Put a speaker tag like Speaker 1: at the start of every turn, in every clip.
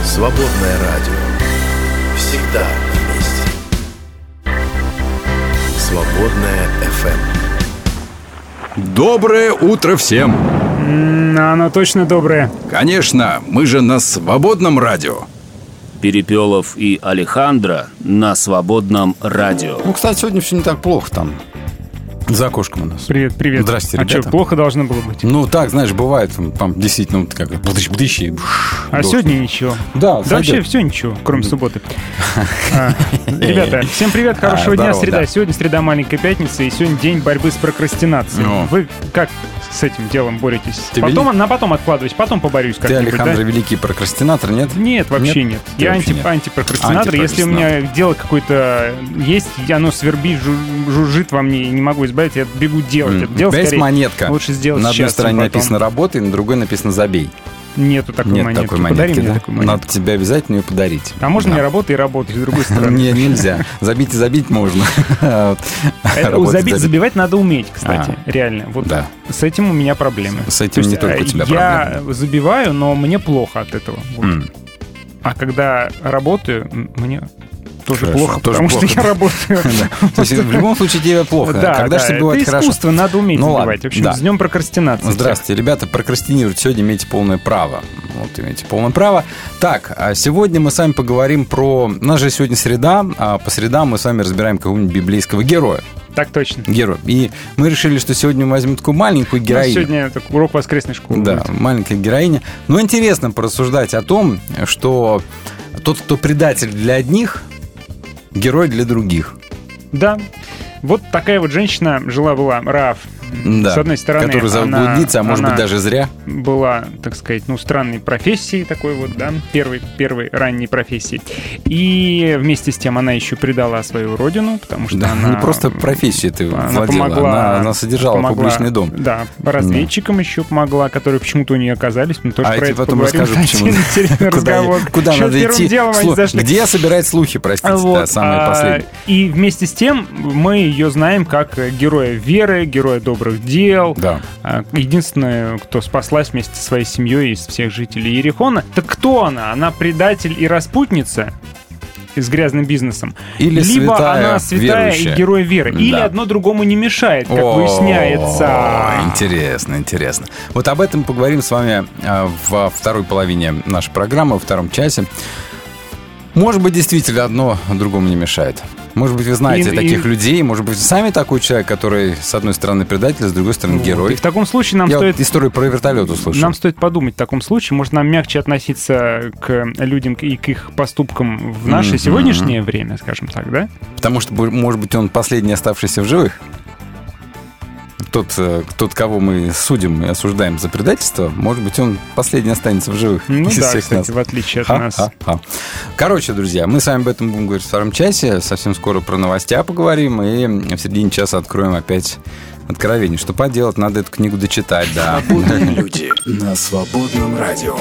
Speaker 1: Свободное радио. Всегда вместе. Свободное FM.
Speaker 2: Доброе утро всем!
Speaker 3: Оно точно доброе.
Speaker 2: Конечно, мы же на Свободном радио.
Speaker 4: Перепелов и Алехандро на Свободном радио.
Speaker 5: Ну, кстати, сегодня все не так плохо там. За окошком у нас.
Speaker 3: Привет, привет.
Speaker 5: Здрасте,
Speaker 3: а
Speaker 5: ребята.
Speaker 3: что, плохо должно было быть?
Speaker 5: Ну, так, знаешь, бывает, там действительно, вот как бдыщ.
Speaker 3: А сегодня ничего.
Speaker 5: Да,
Speaker 3: вообще все ничего, кроме субботы. Ребята, всем привет, хорошего дня, среда. Сегодня среда, маленькая пятница, и сегодня день борьбы с прокрастинацией. Вы как с этим делом боретесь? Потом откладываюсь, потом поборюсь как-нибудь.
Speaker 5: Ты, Алехандро, великий прокрастинатор, нет?
Speaker 3: Нет, вообще нет. Я антипрокрастинатор. Если у меня дело какое-то есть, оно свербит, жужжит во мне, и не могу избавиться, я бегу делать это.
Speaker 5: У тебя есть монетка.
Speaker 3: Лучше сделать
Speaker 5: на
Speaker 3: сейчас.
Speaker 5: На одной стороне написано «работай», на другой написано «забей».
Speaker 3: Нету такой
Speaker 5: Нет
Speaker 3: монетки.
Speaker 5: такой монетки,
Speaker 3: Подари
Speaker 5: да?
Speaker 3: мне такую монетку.
Speaker 5: Надо тебе обязательно ее подарить.
Speaker 3: А можно мне работать и работать с другой стороны?
Speaker 5: Нет, нельзя. Забить и забить можно.
Speaker 3: Забивать надо уметь, кстати. Реально. Вот с этим у меня проблемы.
Speaker 5: С этим не только у тебя проблемы.
Speaker 3: Я забиваю, но мне плохо от этого. А когда работаю, мне тоже плохо, потому что я работаю.
Speaker 5: То есть в любом случае тебе плохо. Когда же тебе бывает хорошо?
Speaker 3: Это искусство, надо уметь забивать. В общем, с днем прокрастинации.
Speaker 5: Здравствуйте, ребята. Прокрастинировать сегодня имеете полное право. Вот, имеете полное право. Так, а сегодня мы с вами поговорим про... У нас же сегодня среда, а по средам мы с вами разбираем какого-нибудь библейского героя.
Speaker 3: Так точно.
Speaker 5: Герой. И мы решили, что сегодня мы возьмем такую маленькую героиню.
Speaker 3: Сегодня урок воскресной школы.
Speaker 5: Да, маленькая героиня. Но интересно порассуждать о том, что тот, кто предатель для одних, герой для других.
Speaker 3: Да. Вот такая вот женщина жила-была, Раав.
Speaker 5: Да,
Speaker 3: с одной стороны,
Speaker 5: которая заблудится, а может быть даже зря.
Speaker 3: Была, так сказать, странной профессией такой вот, да, первой ранней профессией. И вместе с тем она еще предала свою родину, потому что она...
Speaker 5: Не просто профессией ты владела, она содержала публичный дом.
Speaker 3: Да, разведчикам еще помогла, которые почему-то у нее оказались. Мы тоже про это
Speaker 5: потом
Speaker 3: поговорим.
Speaker 5: Расскажу, почему.
Speaker 3: Интересный разговор.
Speaker 5: Куда надо идти? Где собирать слухи, простите, самые последние.
Speaker 3: И вместе с тем мы ее знаем как героя веры, героя добрых дел.
Speaker 5: Да.
Speaker 3: Единственная, кто спаслась вместе со своей семьей из всех жителей Иерихона. Так кто она? Она предатель и распутница с грязным бизнесом?
Speaker 5: Или
Speaker 3: либо
Speaker 5: святая,
Speaker 3: она святая
Speaker 5: верующая.
Speaker 3: И герой веры. Или одно другому не мешает, как выясняется.
Speaker 5: Интересно. Вот об этом поговорим с вами во второй половине нашей программы, во втором часе. Может быть, действительно, одно другому не мешает. Может быть, вы знаете таких людей. Может быть, вы сами такой человек, который, с одной стороны, предатель, с другой стороны, герой.
Speaker 3: И в таком случае нам стоит...
Speaker 5: Я историю про вертолет услышал.
Speaker 3: Нам стоит подумать в таком случае. Может, нам мягче относиться к людям и к их поступкам в наше сегодняшнее время, скажем так, да?
Speaker 5: Потому что, может быть, он последний оставшийся в живых. Тот, кого мы судим и осуждаем за предательство, может быть, он последний останется в живых.
Speaker 3: Ну да, кстати, в отличие от нас.
Speaker 5: Короче, друзья, мы с вами об этом будем говорить в втором часе. Совсем скоро про новостя поговорим. И в середине часа откроем опять откровение. Что поделать, надо эту книгу дочитать, да.
Speaker 1: Свободные люди на Свободном радио.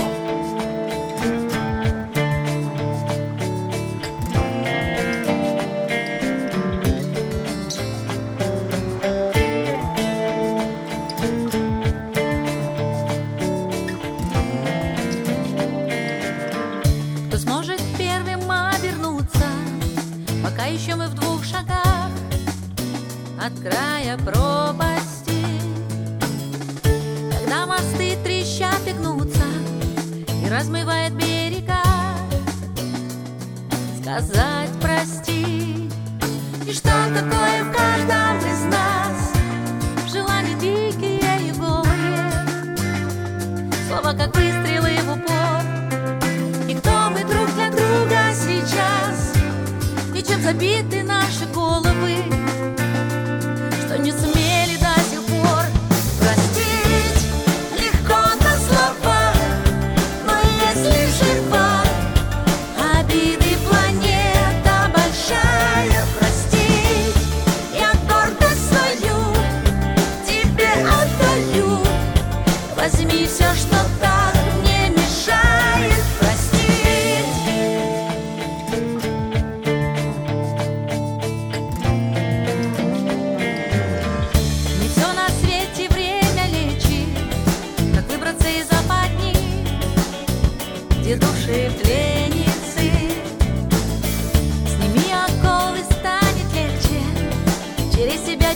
Speaker 6: Еще мы в 2 шагах от края пропасти, когда мосты трещат и гнутся и размывает берега, сказать прости. И что такое в каждом из нас желания дикие и голые, слова как выстрелы в упор. И кто мы друг для друга сейчас? И чем забиты наши головы, что не сумели до сих пор простить. Легко на словах, но если жива обиды планета большая, простить я гордость свою тебе отдаю. Возьми все, что так мне мешает простить. Где души в тле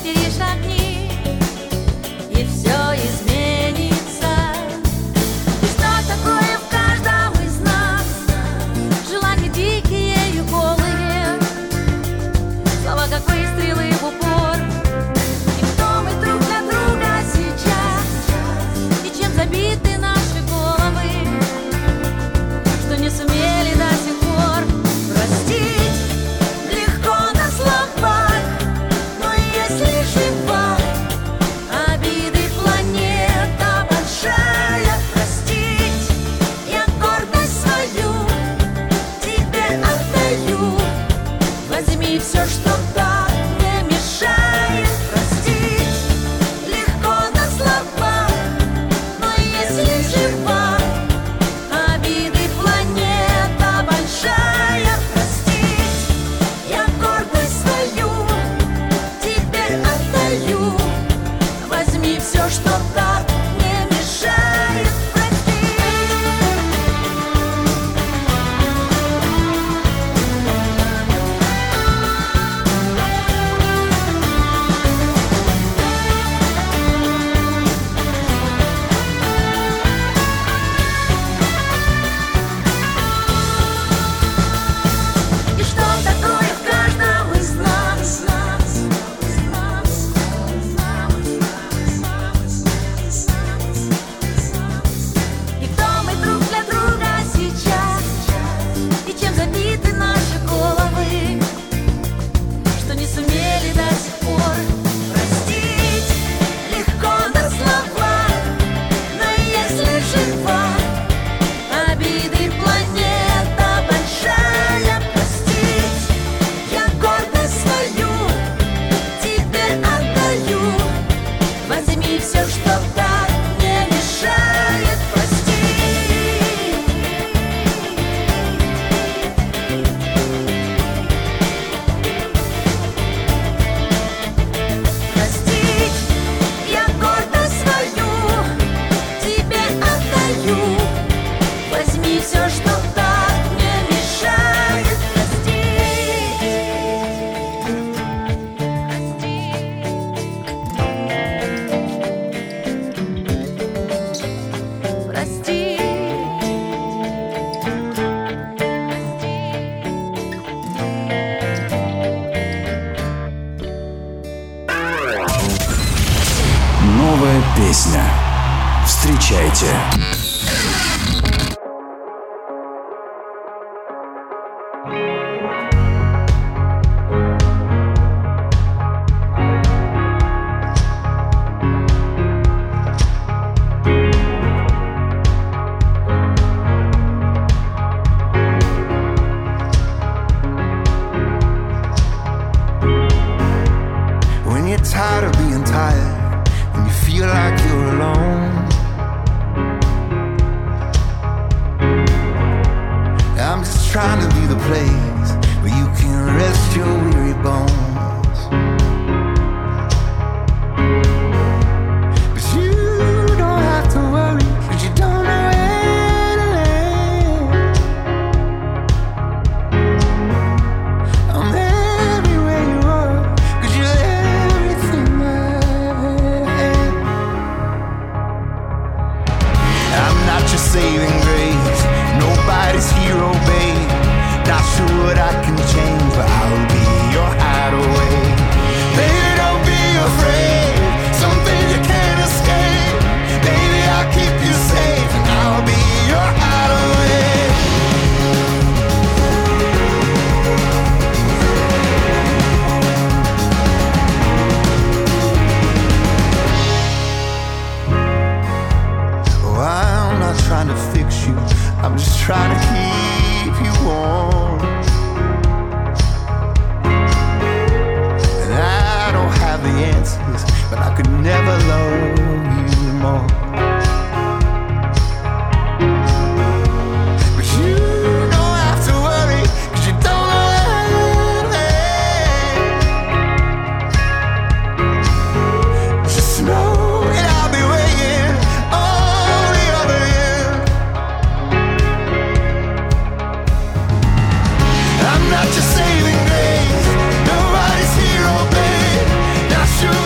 Speaker 6: перешагни, и все изменится. И что такое в каждом из нас? Желания дикие и голые, слова как выстрелы в упор. И кто мы друг для друга сейчас, и чем забиты наши головы, что не сумели до сих пор простить. Легко на словах, но если жива, обиды планета большая. Простить я гордость свою тебе отдаю. Возьми все, что так не мешает. Простить легко на словах, но если жива, обиды планета большая. Простить я гордость свою тебе отдаю. Возьми все, что так не мешает. И что такое в каждом из нас? И кто мы друг для друга сейчас, и чем забиты наши головы, что не сумели до сих пор простить. Легко на словах, но если жива, обиды планета большая. Простить я гордость свою тебе отдаю. Возьми все, что так не мешает. Простить. Простить я гордость свою тебе отдаю. Возьми все, что так не мешает. Прости.
Speaker 1: Новая песня. Встречайте.
Speaker 7: When you're tired of being tired, when you feel like you're alone, I'm just trying to be the place where you can rest your weary bones. But you don't have to worry, 'cause you don't know where to land. I'm everywhere you are, 'cause you're everything I have. I'm not your saving grace, nobody's hero, babe. Not sure what I can change, but I'll be your hideaway. Baby, don't be afraid, something you can't escape. Baby, I'll keep you safe, and I'll be your hideaway. Oh, I'm not trying to fix you, I'm just trying to keep you warm. And I don't have the answers, but I could never love you more. But you don't have to worry, 'cause you don't know anything. Just know that I'll be waiting on the other end. I'm not your saving grace, nobody's hero, babe. Not sure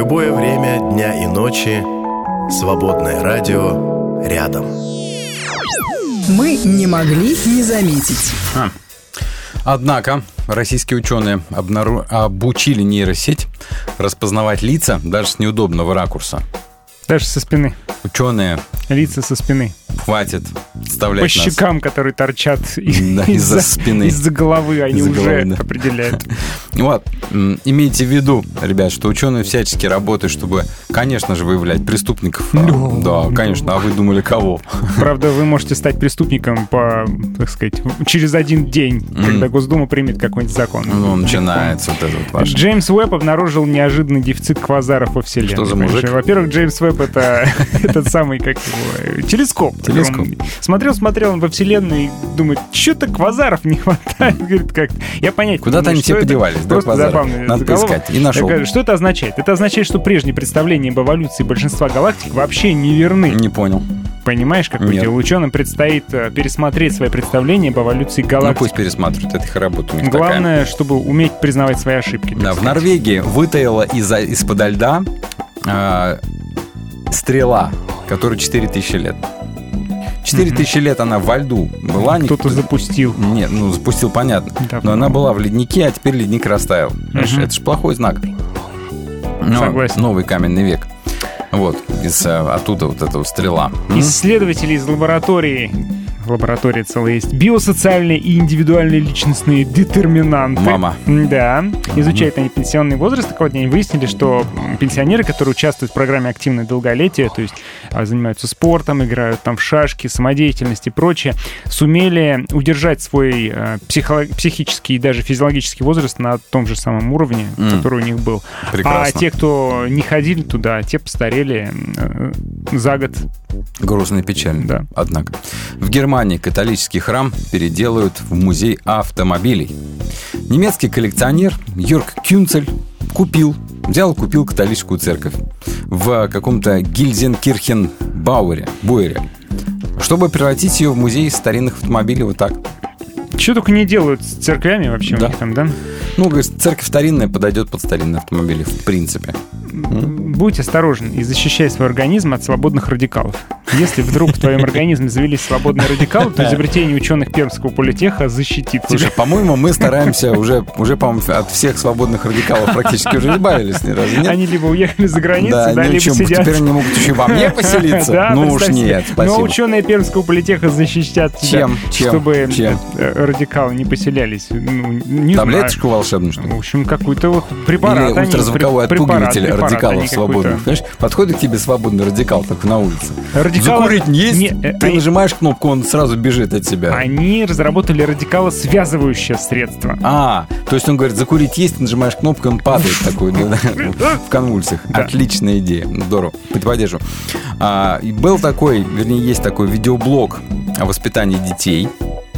Speaker 8: любое время дня и ночи свободное радио рядом.
Speaker 9: Мы не могли не заметить.
Speaker 5: Однако российские ученые обучили нейросеть распознавать лица даже с неудобного ракурса.
Speaker 3: Даже со спины.
Speaker 5: Ученые.
Speaker 3: Лица со спины.
Speaker 5: Хватит вставлять
Speaker 3: по щекам, которые торчат
Speaker 5: из-за спины.
Speaker 3: Из-за головы, они уже определяют.
Speaker 5: Вот. Имейте в виду, ребят, что ученые всячески работают, чтобы, конечно же, выявлять преступников. Да, конечно. А вы думали, кого?
Speaker 3: Правда, вы можете стать преступником так сказать, через один день, когда Госдума примет какой-нибудь закон.
Speaker 5: Ну, начинается вот это вот ваше.
Speaker 3: Джеймс Уэбб обнаружил неожиданный дефицит квазаров во Вселенной.
Speaker 5: Что за мужик?
Speaker 3: Во-первых, Джеймс Уэбб — это этот самый, как его, телескоп. Смотрел он во Вселенную и думает, что-то квазаров не хватает. Говорит, как я понять.
Speaker 5: Куда-то они все подевались, да, квазары? Надо поискать. И нашел.
Speaker 3: Что это означает? Это означает, что прежние представления об эволюции большинства галактик вообще не верны.
Speaker 5: Не понял.
Speaker 3: Понимаешь, какое дело? Ученым предстоит пересмотреть свои представления об эволюции галактик.
Speaker 5: Ну пусть пересматривают, это их работа у них
Speaker 3: Главное,
Speaker 5: такая.
Speaker 3: Чтобы уметь признавать свои ошибки.
Speaker 5: Да, в Норвегии вытаила из-подо льда стрела, которой 4000 лет. 4000 лет она во льду была.
Speaker 3: Кто-то запустил.
Speaker 5: Нет, запустил, понятно. Да, но она была в леднике, а теперь ледник растаял. Это же плохой знак.
Speaker 3: Согласен.
Speaker 5: Новый каменный век. Вот, оттуда вот эта вот стрела.
Speaker 3: Исследователи из лаборатории целая есть, биосоциальные и индивидуальные личностные детерминанты.
Speaker 5: Мама.
Speaker 3: Да. Изучают они пенсионный возраст. Так вот, они выяснили, что пенсионеры, которые участвуют в программе «Активное долголетие», то есть занимаются спортом, играют там в шашки, самодеятельность и прочее, сумели удержать свой психический и даже физиологический возраст на том же самом уровне, который у них был.
Speaker 5: Прекрасно.
Speaker 3: А те, кто не ходили туда, те постарели за год.
Speaker 5: Грустно и печально,
Speaker 3: да.
Speaker 5: Однако. В Германии католический храм переделают в музей автомобилей. Немецкий коллекционер Йорг Кюнцель купил католическую церковь в каком-то Гильзенкирхен-Буэре, чтобы превратить ее в музей старинных автомобилей вот так.
Speaker 3: Что только не делают с церквями вообще у них там, да?
Speaker 5: Говорит, церковь старинная подойдет под старинные автомобили, в принципе.
Speaker 3: Будь осторожен и защищай свой организм от свободных радикалов. Если вдруг в твоем организме завелись свободные радикалы, то изобретение ученых Пермского политеха защитит.
Speaker 5: Слушай, по-моему, мы стараемся уже, по-моему, от всех свободных радикалов практически уже избавились, разве нет?
Speaker 3: Они либо уехали за границу, либо сидят.
Speaker 5: Теперь они могут еще во мне поселиться? Ну уж нет, спасибо.
Speaker 3: Но ученые Пермского политеха защитят тебя, чтобы радикалы не поселялись.
Speaker 5: Таблеточку волшебную, что ли?
Speaker 3: В общем, какой-то вот препарат.
Speaker 5: Или ультразвуковой отпугиватель радикалов свободных. Понимаешь, подходит к тебе свободный радикал, так на улице. Закурить есть? Ты нажимаешь кнопку, он сразу бежит от тебя.
Speaker 3: Они разработали радикалосвязывающее средство.
Speaker 5: То есть он говорит, закурить есть, ты нажимаешь кнопку, он падает такой в конвульсиях. Отличная идея. Здорово. Поддержу. Был такой, вернее, есть такой видеоблог о воспитании детей.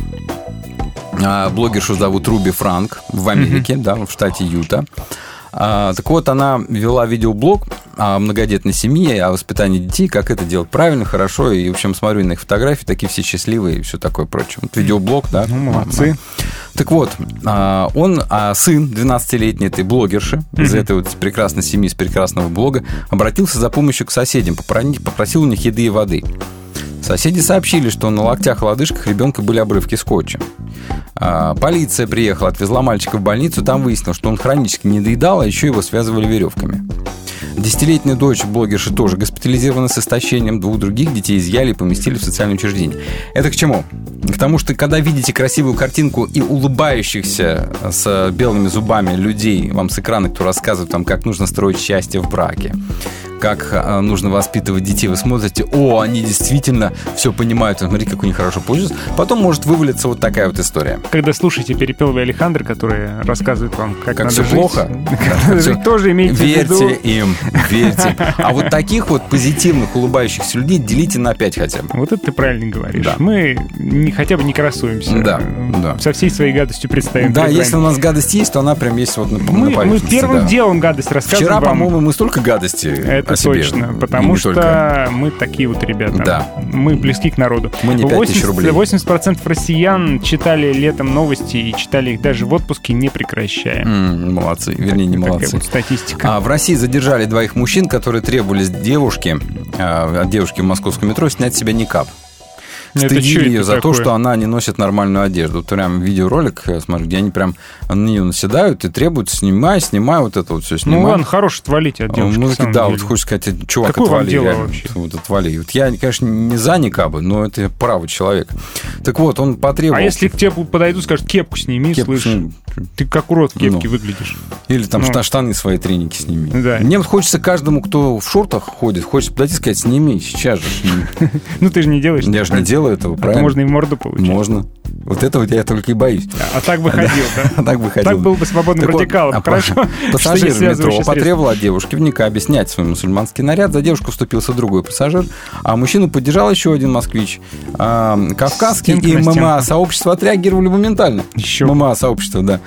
Speaker 5: Блогершу зовут Руби Франк в Америке, в штате Юта. Так вот, она вела видеоблог о многодетной семье, о воспитании детей, как это делать правильно, хорошо. И, в общем, смотрю на их фотографии, такие все счастливые и все такое прочее. Вот видеоблог, да.
Speaker 3: Молодцы.
Speaker 5: Так вот, он, сын 12-летней этой блогерши, из этой вот прекрасной семьи, из прекрасного блога, обратился за помощью к соседям, попросил у них еды и воды. Соседи сообщили, что на локтях и лодыжках ребенка были обрывки скотча. Полиция приехала, отвезла мальчика в больницу, там выяснилось, что он хронически недоедал, а еще его связывали веревками. 10-летняя дочь блогерши тоже госпитализирована с истощением. 2 других детей изъяли и поместили в социальное учреждение. Это к чему? К тому, что когда видите красивую картинку и улыбающихся с белыми зубами людей вам с экрана, кто рассказывает там, как нужно строить счастье в браке, как нужно воспитывать детей, вы смотрите, они действительно все понимают, смотри, как у них хорошо получилось. Потом может вывалиться вот такая вот история.
Speaker 3: Когда слушаете Перепелова и Алехандро, которые рассказывают вам, как надо
Speaker 5: все
Speaker 3: жить,
Speaker 5: плохо,
Speaker 3: тоже имейте в виду.
Speaker 5: Верьте им, верьте. А вот таких вот позитивных, улыбающихся людей делите на 5 хотя бы.
Speaker 3: Вот это ты правильно говоришь.
Speaker 5: Да.
Speaker 3: Мы хотя бы не красуемся.
Speaker 5: Да.
Speaker 3: Со всей своей гадостью представим.
Speaker 5: Да, если у нас гадость есть, то она прям есть вот на поверхности.
Speaker 3: Мы первым делом гадость рассказываем.
Speaker 5: Вчера, по-моему, мы столько гадости
Speaker 3: это точно. Потому что мы такие вот ребята.
Speaker 5: Да.
Speaker 3: Мы близки к народу.
Speaker 5: Мы не 5000 рублей.
Speaker 3: 80% россиян читали летом новости и читали их даже в отпуске, не прекращая.
Speaker 5: Молодцы. Вернее, не молодцы.
Speaker 3: Такая вот статистика.
Speaker 5: В России задержали 2 мужчин, которые требовали от девушки в московском метро снять с себя никап. Стыдили ее за то, что она не носит нормальную одежду. Вот прям видеоролик, смотрю, где они прям на нее наседают и требуют: снимай вот это вот все, снимай.
Speaker 3: Ну ладно, хорош, отвалите от девушки.
Speaker 5: Да, вот хочешь сказать, чувак,
Speaker 3: какое
Speaker 5: отвали.
Speaker 3: Вам дело вообще?
Speaker 5: Вот отвали. Вот я, конечно, не за никабы, но это право человека. Так вот, он потребовал...
Speaker 3: А если к тебе подойдут, скажут: кепку сними, слышишь? Ты как урод в кепке выглядишь.
Speaker 5: Или там штаны свои, треники сними.
Speaker 3: Да.
Speaker 5: Мне хочется каждому, кто в шортах ходит, хочется подойти и сказать: сними, сейчас же сними.
Speaker 3: Ну ты же не делаешь.
Speaker 5: Я же не делаю этого, правильно?
Speaker 3: Можно и в морду получить.
Speaker 5: Можно. Вот этого я только и боюсь.
Speaker 3: А так бы ходил, да?
Speaker 5: Так бы ходил.
Speaker 3: Так был бы свободным радикалом. Хорошо.
Speaker 5: Пассажир в метро потребовал от девушки в никабе снять свой мусульманский наряд. За девушку вступился другой пассажир, а мужчину поддержал еще один москвич. Кавказский и ММА-сообщество отреагировали моментально. ММА-сообщество, да.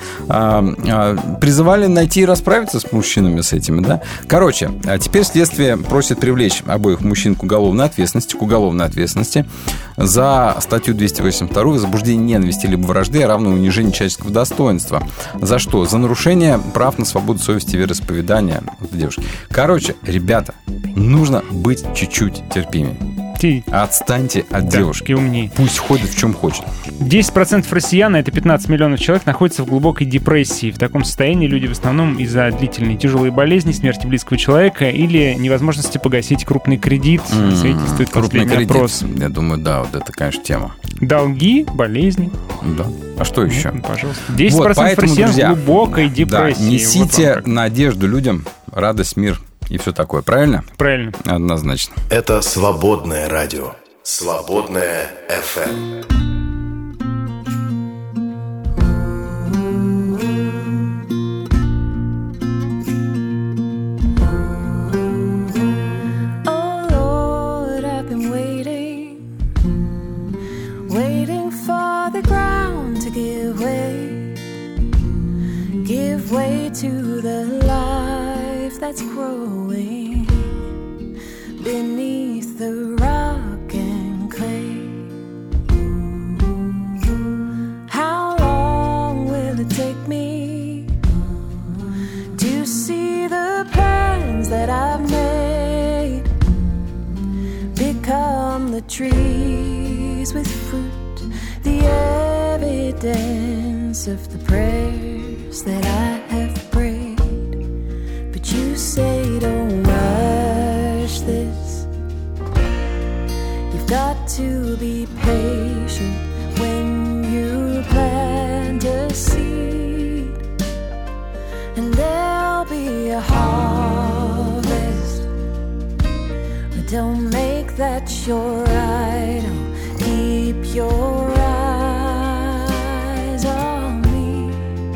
Speaker 5: Призывали найти и расправиться с мужчинами с этими, да. Короче, теперь следствие просит привлечь обоих мужчин к уголовной ответственности за статью 282 возбуждение ненависти либо вражды, а равно унижение человеческого достоинства. За что? За нарушение прав на свободу совести и вероисповедания девушки. Короче, ребята, нужно быть чуть-чуть терпимее. Отстаньте от девушки.
Speaker 3: Умнее.
Speaker 5: Пусть ходит в чем хочет.
Speaker 3: 10% россиян, это 15 миллионов человек, находятся в глубокой депрессии. В таком состоянии люди в основном из-за длительной тяжелой болезни, смерти близкого человека или невозможности погасить крупный кредит. Свидетельствует последний опрос.
Speaker 5: Я думаю, да, вот это, конечно, тема.
Speaker 3: Долги, болезни.
Speaker 5: Да. А что еще?
Speaker 3: Пожалуйста. 10% россиян в глубокой депрессии.
Speaker 5: Да, несите надежду людям, радость, мир. И все такое, правильно?
Speaker 3: Правильно.
Speaker 5: Однозначно.
Speaker 8: Это «Свободное радио». «Свободное FM».
Speaker 6: That's growing beneath the rock and clay. How long will it take me to see the plans that I've made become the trees with fruit, the evidence of the prayers that I have prayed? You say don't rush this. You've got to be patient when you plant a seed, and there'll be a harvest. But don't make that your idol. Keep your eyes on me.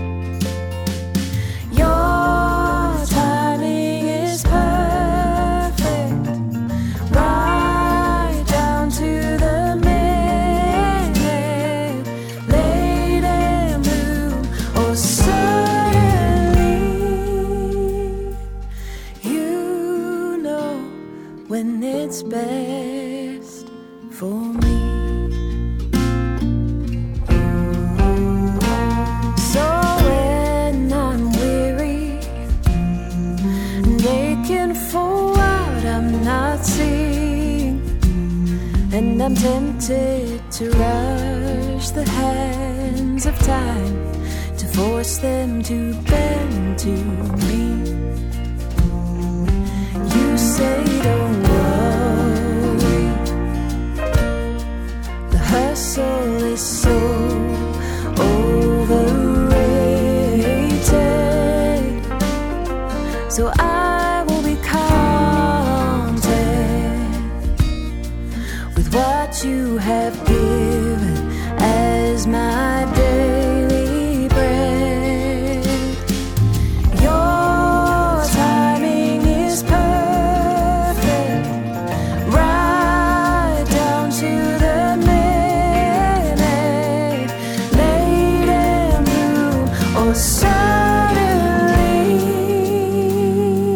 Speaker 6: It's best for me. So when I'm weary and aching for what I'm not seeing, and I'm tempted to rush the hands of time to force them to bend to me, you say don't worry, the hustle is so overrated, so I will be content with what you have given as my daily bread. Your timing is perfect, right down to the minute, late in bloom or suddenly.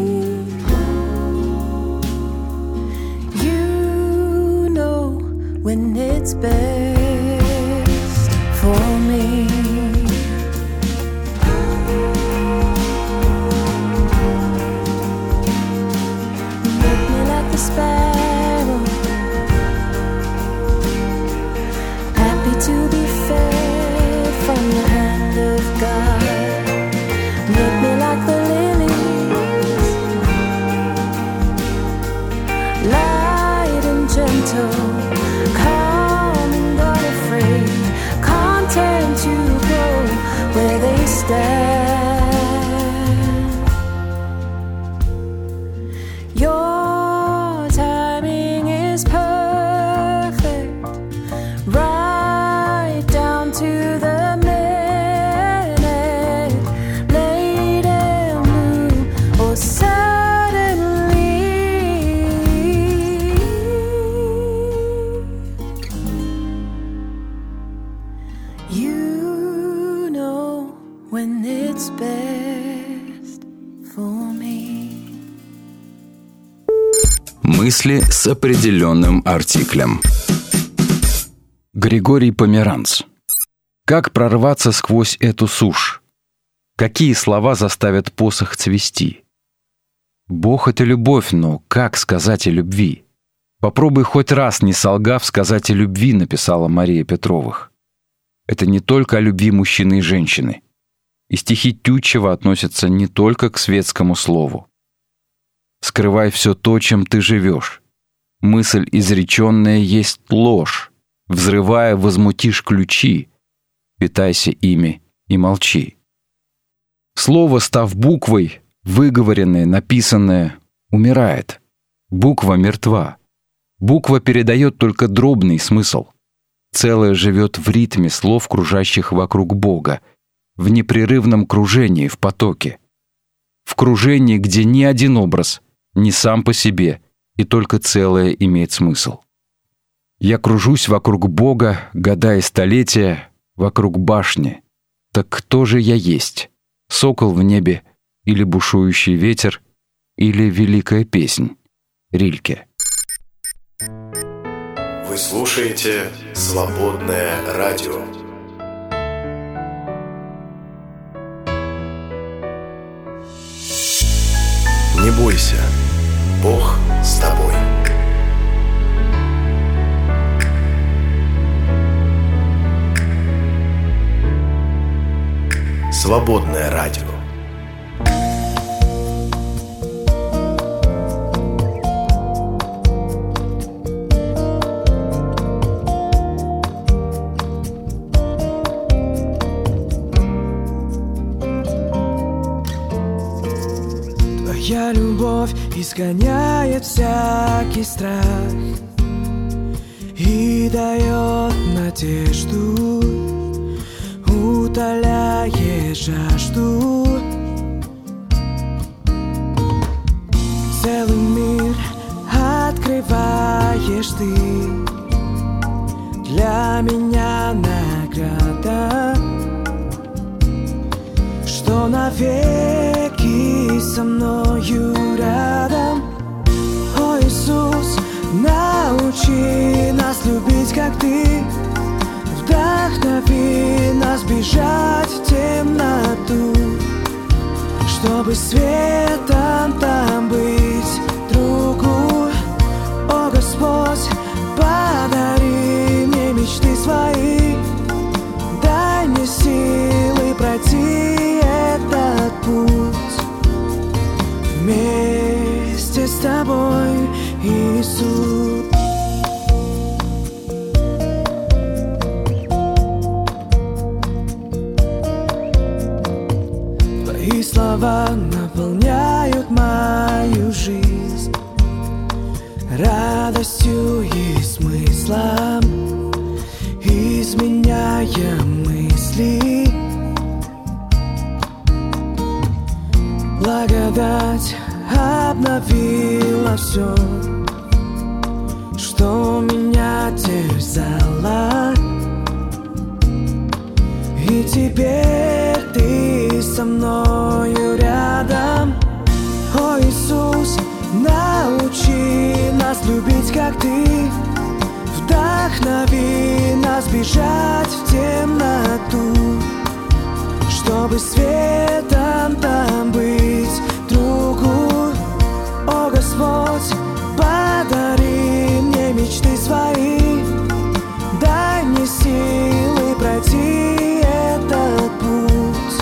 Speaker 1: Мысли с определенным артиклем. Григорий Померанц. Как прорваться сквозь эту сушь? Какие слова заставят посох цвести? Бог — это любовь, но как сказать о любви? Попробуй хоть раз, не солгав, сказать о любви, написала Мария Петровых. Это не только о любви мужчины и женщины. И стихи Тютчева относятся не только к светскому слову. Скрывай все то, чем ты живешь. Мысль изреченная есть ложь. Взрывая, возмутишь ключи. Питайся ими и молчи. Слово, став буквой, выговоренное, написанное, умирает. Буква мертва. Буква передает только дробный смысл. Целое живет в ритме слов, кружащих вокруг Бога, в непрерывном кружении, в потоке. В кружении, где ни один образ, ни сам по себе, и только целое имеет смысл. Я кружусь вокруг Бога, года и столетия, вокруг башни. Так кто же я есть? Сокол в небе, или бушующий ветер, или великая песнь? Рильке.
Speaker 8: Вы слушаете «Свободное радио». Не бойся, Бог с тобой. Свободное радио.
Speaker 10: Твоя любовь изгоняет всякий страх и дает надежду, утоляет жажду. Целый мир открываешь ты, для меня награда, что навеки со мною рядом. О, Иисус, научи нас любить, как ты. Вдохнови нас бежать в темноту, чтобы светом там быть другу. О, Господь, подари мне мечты свои, дай мне силы пройти этот путь вместе с тобой, Иисус. Твои слова наполняют мою жизнь радостью и смыслом, изменяя мысли. Благодать обновила все, что меня терзало, и теперь ты со мною рядом. О, Иисус, научи нас любить, как ты. Вдохнови нас бежать в темноту, чтобы светом там быть другу. О, Господь, подари мне мечты свои, дай мне силы пройти этот путь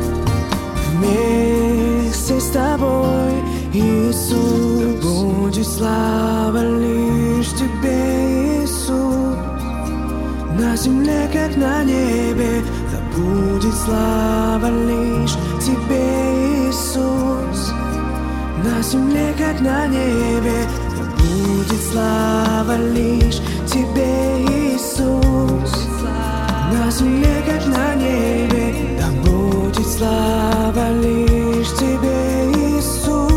Speaker 10: вместе с тобой, Иисус. Да будет слава лишь тебе, Иисус, на земле, как на небе. Да будет слава лишь тебе, Иисус, на земле, как на небе. Да будет слава лишь тебе, Иисус, на земле, как на небе. Да будет слава лишь тебе, Иисус.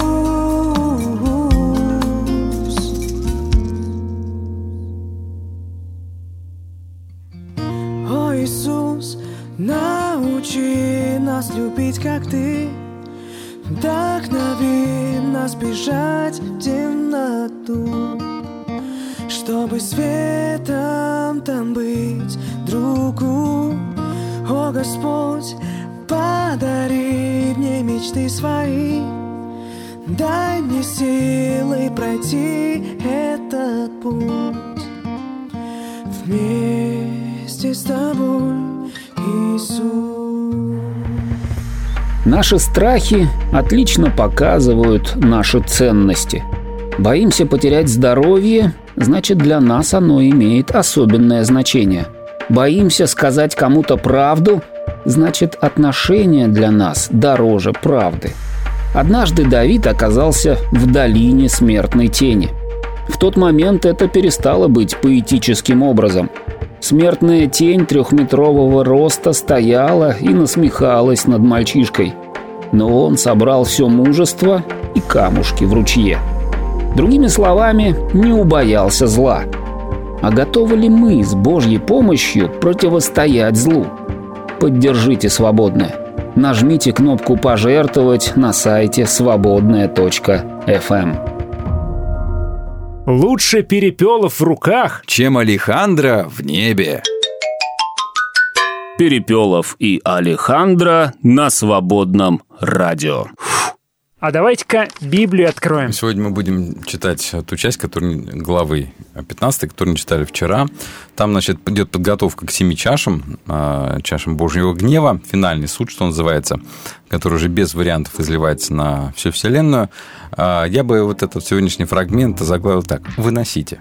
Speaker 10: О, Иисус, научи нас любить, как ты. Вдохнови нас бежать в темноту, темноту, чтобы светом там быть другу. О, Господь, подари мне мечты свои, дай мне силы пройти этот путь вместе с тобой, Иисус.
Speaker 11: Наши страхи отлично показывают наши ценности. Боимся потерять здоровье, значит, для нас оно имеет особенное значение. Боимся сказать кому-то правду, значит, отношения для нас дороже правды. Однажды Давид оказался в долине смертной тени. В тот момент это перестало быть поэтическим образом. Смертная тень 3-метрового роста стояла и насмехалась над мальчишкой. Но он собрал все мужество и камушки в ручье. Другими словами, не убоялся зла. А готовы ли мы с Божьей помощью противостоять злу? Поддержите свободное. Нажмите кнопку «Пожертвовать» на сайте свободная.fm.
Speaker 3: Лучше Перепелов в руках,
Speaker 2: чем Алехандро в небе.
Speaker 4: Перепелов и Алехандро на свободном радио.
Speaker 3: А давайте-ка Библию откроем.
Speaker 5: Сегодня мы будем читать ту часть, главы 15, которую мы читали вчера. Там, значит, идет подготовка к 7 чашам, чашам Божьего гнева, финальный суд, что называется, который уже без вариантов изливается на всю Вселенную. Я бы вот этот сегодняшний фрагмент заглавил так: «Выносите».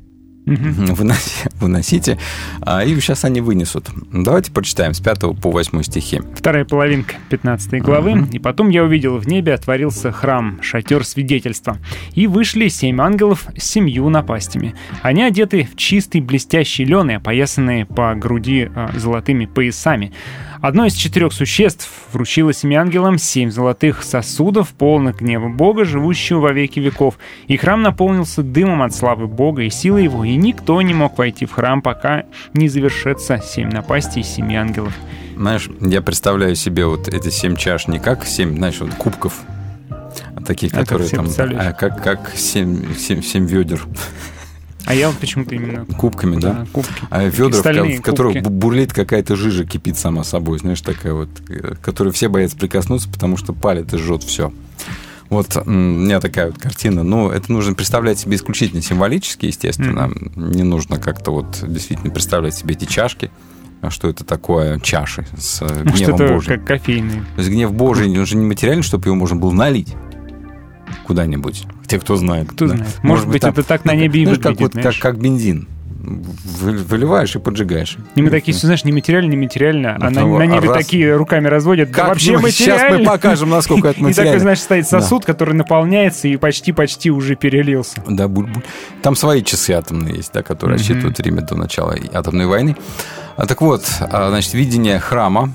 Speaker 5: Выносите, и сейчас они вынесут. Давайте прочитаем с 5 по 8 стихи.
Speaker 3: Вторая половинка 15 главы. «И потом я увидел, в небе отворился храм, шатер свидетельства, и вышли 7 ангелов с 7 напастями. Они одеты в чистый блестящий лен и опоясанные по груди золотыми поясами. Одно из 4 существ вручило 7 ангелам 7 золотых сосудов, полных гнева Бога, живущего во веки веков. И храм наполнился дымом от славы Бога и силы его, и никто не мог войти в храм, пока не завершится 7 напастей 7 ангелов».
Speaker 5: Знаешь, я представляю себе вот эти 7 чаш не как 7, знаешь, вот кубков, таких, которые там, а как 7 ведер.
Speaker 3: А я вот почему-то именно...
Speaker 5: Кубками, да?
Speaker 3: Кубки.
Speaker 5: А ведра, в которых бурлит какая-то жижа, кипит сама собой, знаешь, такая вот, которой все боятся прикоснуться, потому что палит и жжет все. Вот у меня такая вот картина. Ну, это нужно представлять себе исключительно символически, естественно. Не нужно как-то вот действительно представлять себе эти чашки, что это такое чаши с гневом Божьим.
Speaker 3: Что-то как кофейные.
Speaker 5: То есть гнев Божий, он же не материальный, чтобы его можно было налить куда-нибудь. Те, кто знает.
Speaker 3: Кто знает. Может быть, это так на небе и выглядит,
Speaker 5: как бензин. Выливаешь и поджигаешь.
Speaker 3: И мы такие, знаешь, нематериально, а на небе такие руками разводят.
Speaker 5: Как,
Speaker 3: да вообще материально.
Speaker 5: Сейчас мы покажем, насколько это материально.
Speaker 3: И такой, значит, стоит сосуд, который наполняется и почти уже перелился.
Speaker 5: Да, буль-буль. Там свои часы атомные есть, да, которые отсчитывают время до начала атомной войны. Так вот, значит, видение храма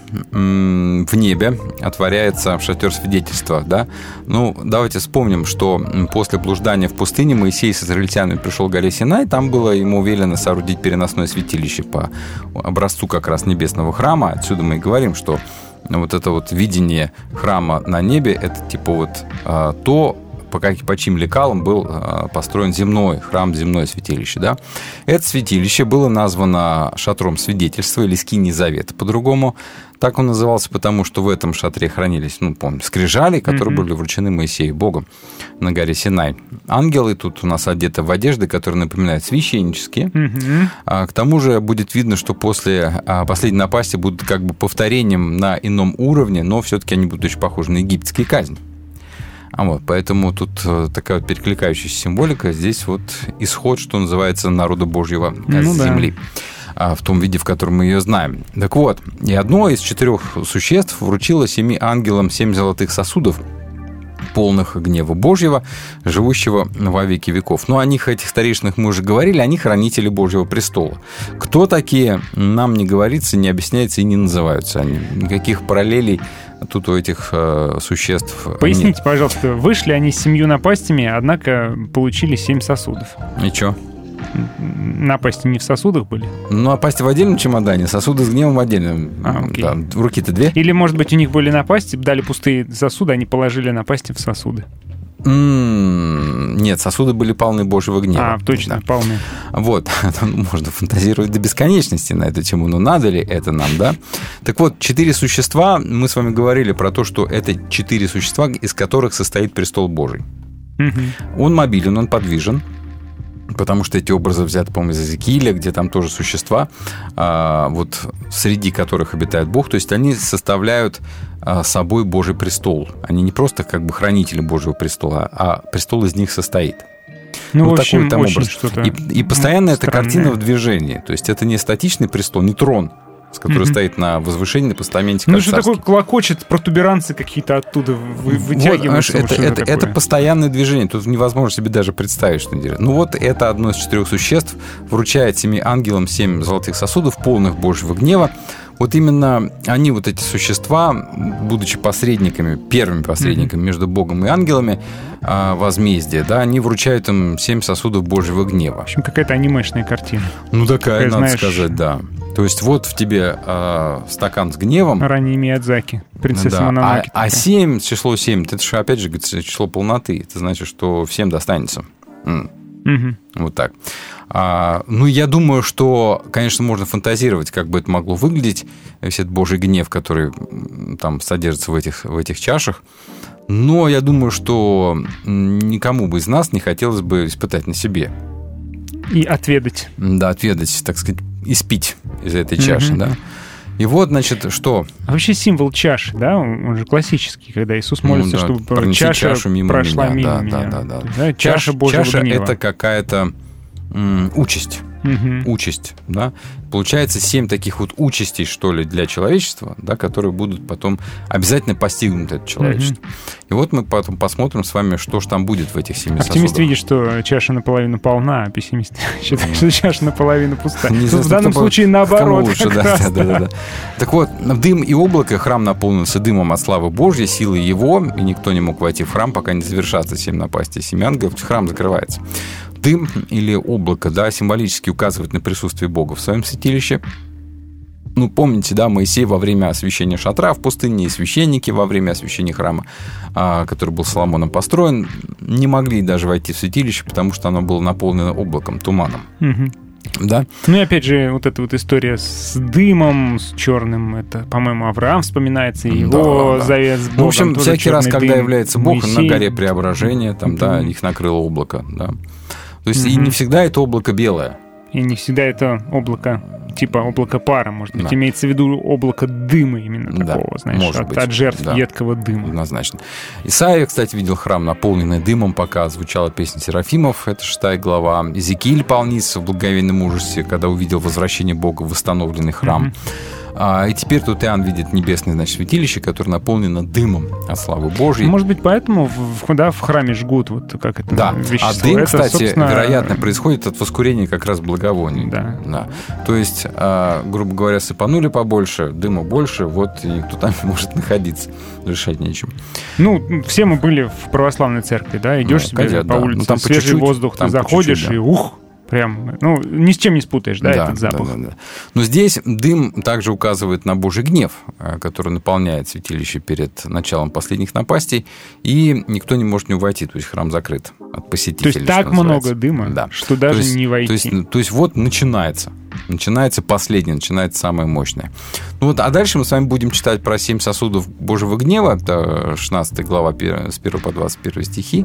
Speaker 5: в небе отворяется в шатер свидетельства, да. Ну, давайте вспомним, что после блуждания в пустыне Моисей с израильтянами пришел к горе Синай, там было ему велено соорудить переносное святилище по образцу как раз небесного храма. Отсюда мы и говорим, что вот это вот видение храма на небе, это типа вот то, по чьим лекалам был построен земной храм, земное святилище. Да? Это святилище было названо шатром свидетельства или скиней завета по-другому. Так он назывался, потому что в этом шатре хранились, скрижали, которые были вручены Моисею Богом на горе Синай. Ангелы тут у нас одеты в одежды, которые напоминают священнические. К тому же будет видно, что после последней напасти будут как бы повторением на ином уровне, но все-таки они будут очень похожи на египетские казни. Вот, поэтому тут такая вот перекликающаяся символика. Здесь вот исход, что называется, народа Божьего с земли. В том виде, в котором мы ее знаем. Так вот, и одно из 4 существ вручило 7 ангелам 7 золотых сосудов, полных гнева Божьего, живущего во веки веков. Но о них, этих старейшинах, мы уже говорили, они хранители Божьего престола. Кто такие, нам не говорится, не объясняется и не называются они. Никаких параллелей тут у этих существ
Speaker 3: Поясните,
Speaker 5: нет.
Speaker 3: Пожалуйста, вышли они с 7 напастями, однако получили 7 сосудов.
Speaker 5: И что?
Speaker 3: Напасти не в сосудах были?
Speaker 5: Ну, напасти в отдельном чемодане, сосуды с гневом в отдельном. Да, руки-то 2.
Speaker 3: Или, может быть, у них были напасти, дали пустые сосуды, они положили напасти в сосуды.
Speaker 5: Нет, Нет, сосуды были полны Божьего гнева.
Speaker 3: Точно, полны.
Speaker 5: Вот, можно фантазировать до бесконечности на эту тему, но надо ли это нам, да? Так вот, 4 существа, мы с вами говорили про то, что это 4 существа, из которых состоит престол Божий. Он мобилен, он подвижен, потому что эти образы взяты, по-моему, из Иезекииля, где там тоже существа, вот среди которых обитает Бог, то есть они составляют собой Божий престол. Они не просто как бы хранители Божьего престола, а престол из них состоит.
Speaker 3: Ну,
Speaker 5: вот
Speaker 3: в общем,
Speaker 5: такой там
Speaker 3: очень
Speaker 5: образ.
Speaker 3: что-то
Speaker 5: И постоянно эта
Speaker 3: странное.
Speaker 5: картина в движении. То есть это не статичный престол, не трон, который стоит на возвышении, на постаменте
Speaker 3: Ну, что такое клокочет, протуберанцы какие-то оттуда вытягиваются.
Speaker 5: Вот, это постоянное движение. Тут невозможно себе даже представить, что делать. Ну вот это одно из 4 существ вручает 7 ангелам 7 золотых сосудов, полных Божьего гнева. Вот именно они, вот эти существа, будучи посредниками, первыми посредниками между Богом и ангелами возмездия, да, они вручают им 7 сосудов Божьего гнева.
Speaker 3: В общем, какая-то анимешная картина.
Speaker 5: Ну, такая, надо
Speaker 3: знаешь,
Speaker 5: сказать, да. То есть вот в тебе стакан с гневом.
Speaker 3: Ранее Миядзаки, принцесса Мононоке.
Speaker 5: А 7, число 7, это же, опять же, число полноты. Это значит, что всем достанется. Вот так. Ну, я думаю, что, конечно, можно фантазировать, как бы это могло выглядеть, весь этот Божий гнев, который там содержится в этих чашах. Но я думаю, что никому бы из нас не хотелось бы испытать на себе.
Speaker 3: И отведать.
Speaker 5: Да, отведать, так сказать, испить из этой чаши, да. И вот, значит, что?
Speaker 3: А вообще символ чаши, да, он же классический, когда Иисус молится, чтобы чаша прошла мимо меня.
Speaker 5: Да.
Speaker 3: Чаша Божьего гнева.
Speaker 5: Это какая-то участь. Участь, да. Получается 7 таких вот участей, что ли, для человечества, да, которые будут потом обязательно постигнуть это человечество. И вот мы потом посмотрим с вами, что же там будет в этих 7 сосудах.
Speaker 3: Оптимист видит, что чаша наполовину полна, а пессимист считает, что чаша наполовину пуста. В данном случае наоборот.
Speaker 5: Лучше, да. Так вот, дым и облако, храм наполнился дымом от славы Божьей, силы его, и никто не мог войти в храм, пока не завершатся 7 напастей 7 ангелов, храм закрывается. Дым или облако, да, символически указывает на присутствие Бога в своем святилище. Ну, помните, да, Моисей во время освящения шатра в пустыне и священники во время освящения храма, который был Соломоном построен, не могли даже войти в святилище, потому что оно было наполнено облаком, туманом. Да?
Speaker 3: Ну и опять же, вот эта вот история с дымом, с черным, это, по-моему, Авраам вспоминается, и его завет с Богом.
Speaker 5: В общем, всякий раз, когда
Speaker 3: дым,
Speaker 5: является Бог,
Speaker 3: Моисей,
Speaker 5: на горе Преображения, там, да, их накрыло облако, да. То есть и не всегда это облако белое.
Speaker 3: И не всегда это облако, типа облако пара, может быть, имеется в виду облако дыма именно такого, знаешь, от жертв едкого дыма.
Speaker 5: Однозначно. Исайя, кстати, видел храм, наполненный дымом, пока звучала песня Серафимов, это 6 глава. Иезекииль полнится в благоговейном ужасе, когда увидел возвращение Бога в восстановленный храм. И теперь тут Иоанн видит небесное, значит, святилище, которое наполнено дымом от славы Божьей.
Speaker 3: Может быть, поэтому в храме жгут, вот как это вещество.
Speaker 5: А дым,
Speaker 3: это,
Speaker 5: кстати,
Speaker 3: собственно...
Speaker 5: вероятно, происходит от воскурения как раз благовоний.
Speaker 3: Да.
Speaker 5: То есть, грубо говоря, сыпанули побольше, дыма больше, вот и никто там не может находиться, решать нечем.
Speaker 3: Ну, все мы были в православной церкви, да, идешь себе по улице, там свежий воздух, ты заходишь и прям, ни с чем не спутаешь, этот запах.
Speaker 5: Да. Но здесь дым также указывает на Божий гнев, который наполняет святилище перед началом последних напастей, и никто не может в него войти, то есть храм закрыт от посетителей.
Speaker 3: То есть так много дыма, что даже не войти.
Speaker 5: То есть вот начинается последнее, начинается самое мощное. Ну вот, а дальше мы с вами будем читать про 7 сосудов Божьего гнева, это 16 глава с 1 по 21 стихи.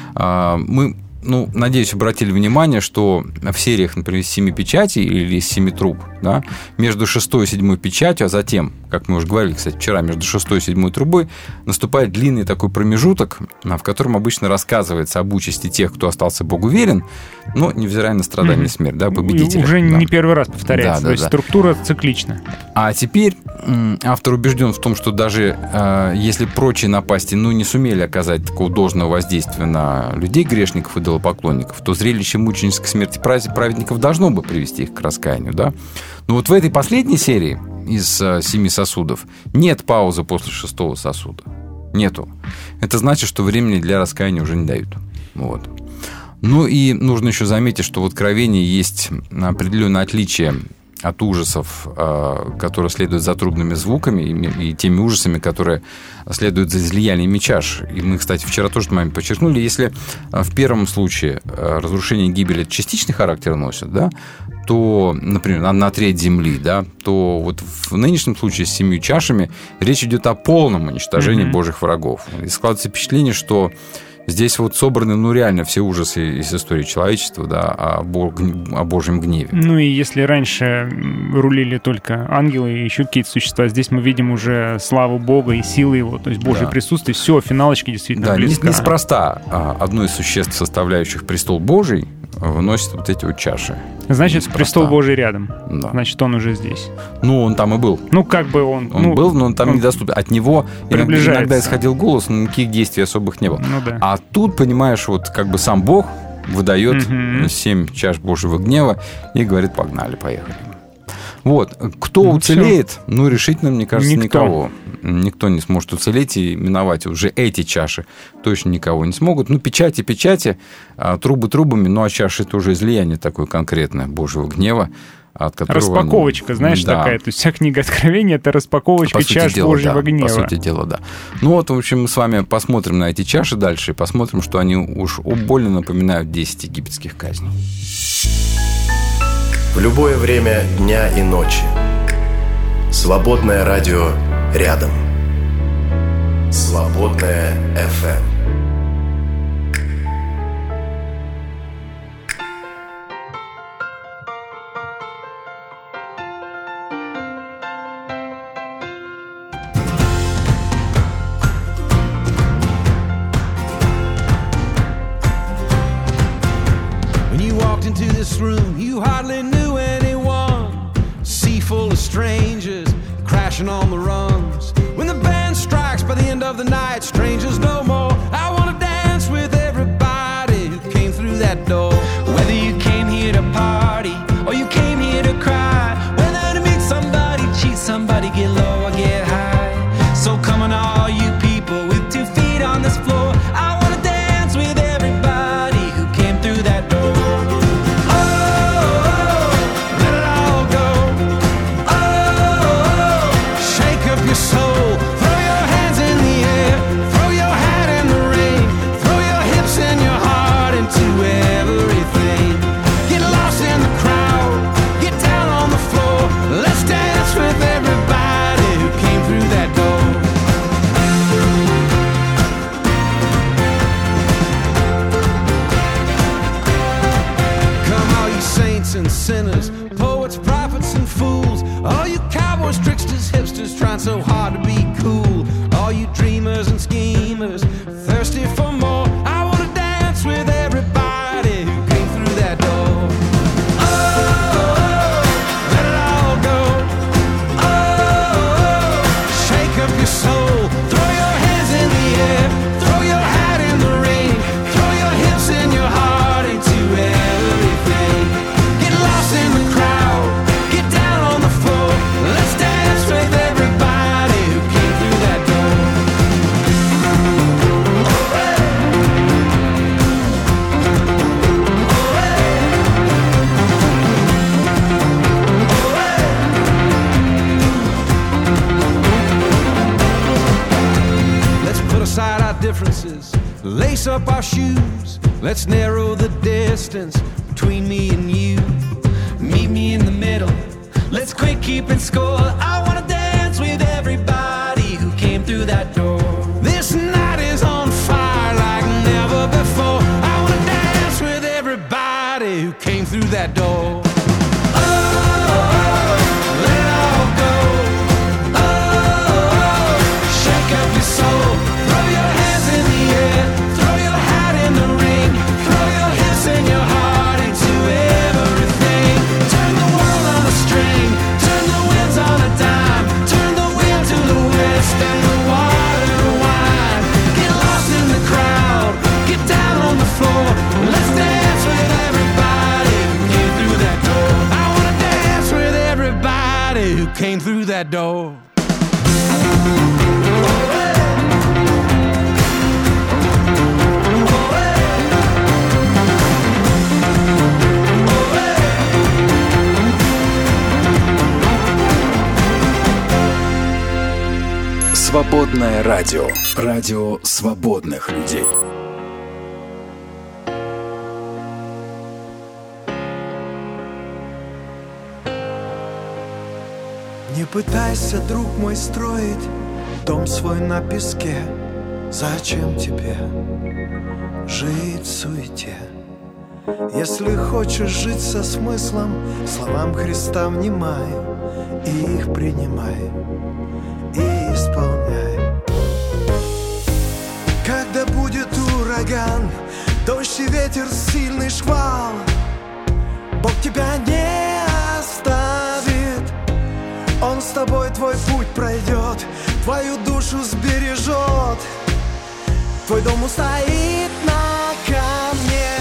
Speaker 5: Мы... надеюсь, обратили внимание, что в сериях, например, 7 печатей или 7 труб, да, между 6 и 7 печатью, а затем, как мы уже говорили, кстати, вчера, между 6 и 7 трубой наступает длинный такой промежуток, в котором обычно рассказывается об участи тех, кто остался Богу верен, но невзирая на страдания и смерть, да, победителя.
Speaker 3: Уже не первый раз повторяется, то есть структура циклична.
Speaker 5: А теперь автор убежден в том, что даже если прочие напасти не сумели оказать такого должного воздействия на людей, грешников и идолопоклонников, то зрелище мученической смерти праведников должно бы привести их к раскаянию, да? Но вот в этой последней серии из 7 сосудов нет паузы после 6 сосуда. Нету. Это значит, что времени для раскаяния уже не дают. Вот. Ну и нужно еще заметить, что в Откровении есть определенное отличие от ужасов, которые следуют за трубными звуками, и теми ужасами, которые следуют за излияниями чаш. И мы, кстати, вчера тоже этот момент подчеркнули. Если в первом случае разрушение и гибель частичный характер носит, да, то, например, на треть земли, да, то вот в нынешнем случае с 7 чашами речь идет о полном уничтожении Божьих врагов. И складывается впечатление, что здесь вот собраны, реально все ужасы из истории человечества, да, о Божьем гневе. Ну
Speaker 3: и если раньше рулили только ангелы и еще какие-то существа, здесь мы видим уже славу Бога и силы Его, то есть Божье присутствие, все, финалочки действительно близко.
Speaker 5: Неспроста одно из существ, составляющих престол Божий, выносит вот эти вот чаши.
Speaker 3: Значит, престол Божий рядом. Да. Значит, он уже здесь.
Speaker 5: Он там и был.
Speaker 3: Как бы он
Speaker 5: был, но он там недоступен. От него иногда исходил голос, но никаких действий особых не было.
Speaker 3: Да.
Speaker 5: А тут, понимаешь, вот как бы сам Бог выдает 7 чаш Божьего гнева и говорит: погнали, поехали. Вот. Кто уцелеет? Решительно, мне кажется, никого. Никто не сможет уцелеть и миновать уже эти чаши. Точно никого не смогут. Печати, трубы трубами, а чаши — это уже излияние такое конкретное Божьего гнева, от которого...
Speaker 3: Распаковочка, знаешь, такая. То есть вся книга Откровения — это распаковочка чаш Божьего гнева.
Speaker 5: По сути дела, да. В общем, мы с вами посмотрим на эти чаши дальше и посмотрим, что они уж больно напоминают 10 египетских казней.
Speaker 8: В любое время дня и ночи. Свободное радио рядом. Свободное FM.
Speaker 10: Into this room, you hardly knew anyone. Sea full of strangers crashing on the rungs. When the band strikes by the end of the night, strangers no more. I wanna dance with everybody who came through that door. Whether you came here to party or you came here to cry, whether to meet somebody, cheat somebody, get low or get high. So come on, all you people with 2 feet on this floor. I wanna dance with everybody who came through that door. Sinners, poets, prophets, and fools. All you cowboys, tricksters, hipsters, trying so hard to be cool. All you dreamers and schemers, thirsty for more. I wanna dance with everybody who came through that door. Oh, let it all go. Oh, shake up your soul. Throw your hands in the air. Throw your hat in the rain. Throw your hips and your heart into everything. In the crowd, get down on the floor. Let's dance with everybody who came through that door. Let's put aside our differences, lace up our shoes. Let's narrow the distance between me and you. Meet me in the middle. Let's quit keeping score. I wanna dance with everybody who came through that door. This night is on fire like never before. I wanna dance with everybody who came through that door. Oh, let it all go. Oh, shake up your soul. Throw your hands in the air. Throw your hat in the ring. Throw your hips and your heart into everything. Turn the world on a string. Turn the winds on a dime. Turn the wind to the west and the water to wine. Get lost in the crowd. Get down on the floor. Let's dance with everybody who came through that door. I wanna dance with everybody who came through that door.
Speaker 2: Свободное радио. Радио свободных людей.
Speaker 12: Не пытайся, друг мой, строить дом свой на песке. Зачем тебе жить в суете? Если хочешь жить со смыслом, словам Христа внимай, и их принимай, и исполняй. Когда будет ураган, дождь и ветер, сильный шквал, Бог тебя не оставит. Он с тобой твой путь пройдет, твою душу сбережет. Твой дом устоит на камне.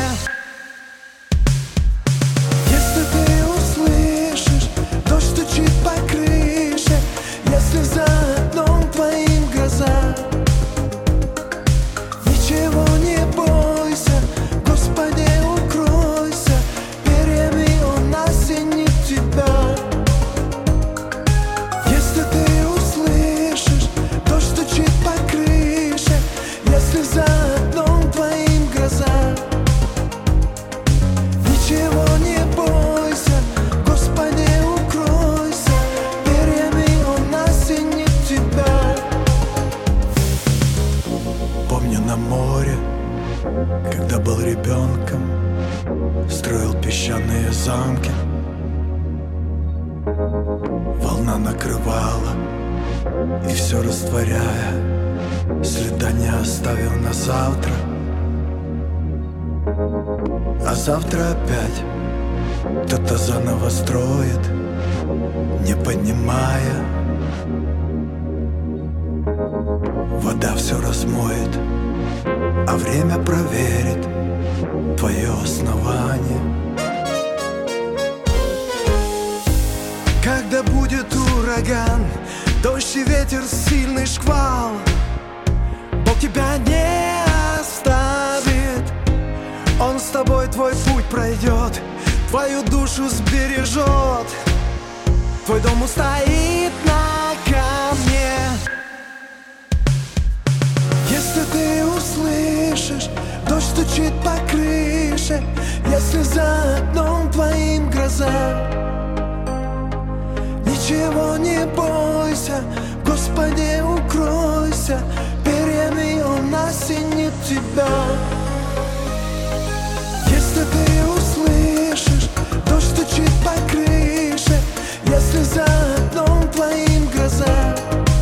Speaker 12: Если ты услышишь, дождь стучит по крыше, если за окном твоим гроза, ничего не бойся, Господи, укройся, перьями Он осенит тебя. Если ты услышишь, дождь стучит по крыше, если за окном твоим гроза, ничего не бойся, Господи, укройся, перьями Он осенит тебя. Помню на море, когда был ребенком, строил песчаные замки. Волна накрывала, и все растворяя, следа не оставил на завтра. А завтра опять кто-то заново строит, не понимая. Вода все размоет, а время проверит твое основание. Когда будет ураган, дождь и ветер, сильный шквал, Бог тебя не оставит. Он с тобой твой путь пройдет, твою душу сбережет. Твой дом устоит на камне. Если ты услышишь, дождь стучит по крыше, если за окном твоим гроза, ничего не бойся, Господи, укройся, перьями Он осенит тебя. Если ты услышишь, дождь стучит по крыше, если за окном твоим гроза,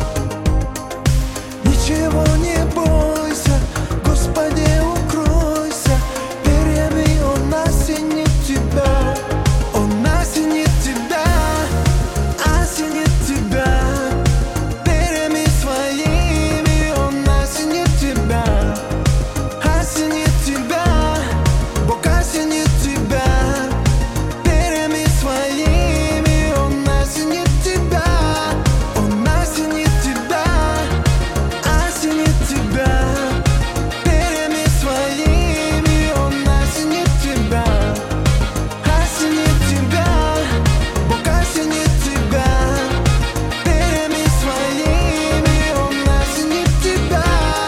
Speaker 12: ничего не бойся, Господи, укройся, перьями Он осенит тебя. Он осенит тебя, осенит тебя, перьями своими Он осенит тебя, осенит тебя, Бог осенит тебя, перьями своими Он осенит тебя, Он осенит тебя, осенит тебя, перьями своими Он осенит тебя, осенит тебя, Бог осенит тебя, перьями своими Он осенит тебя.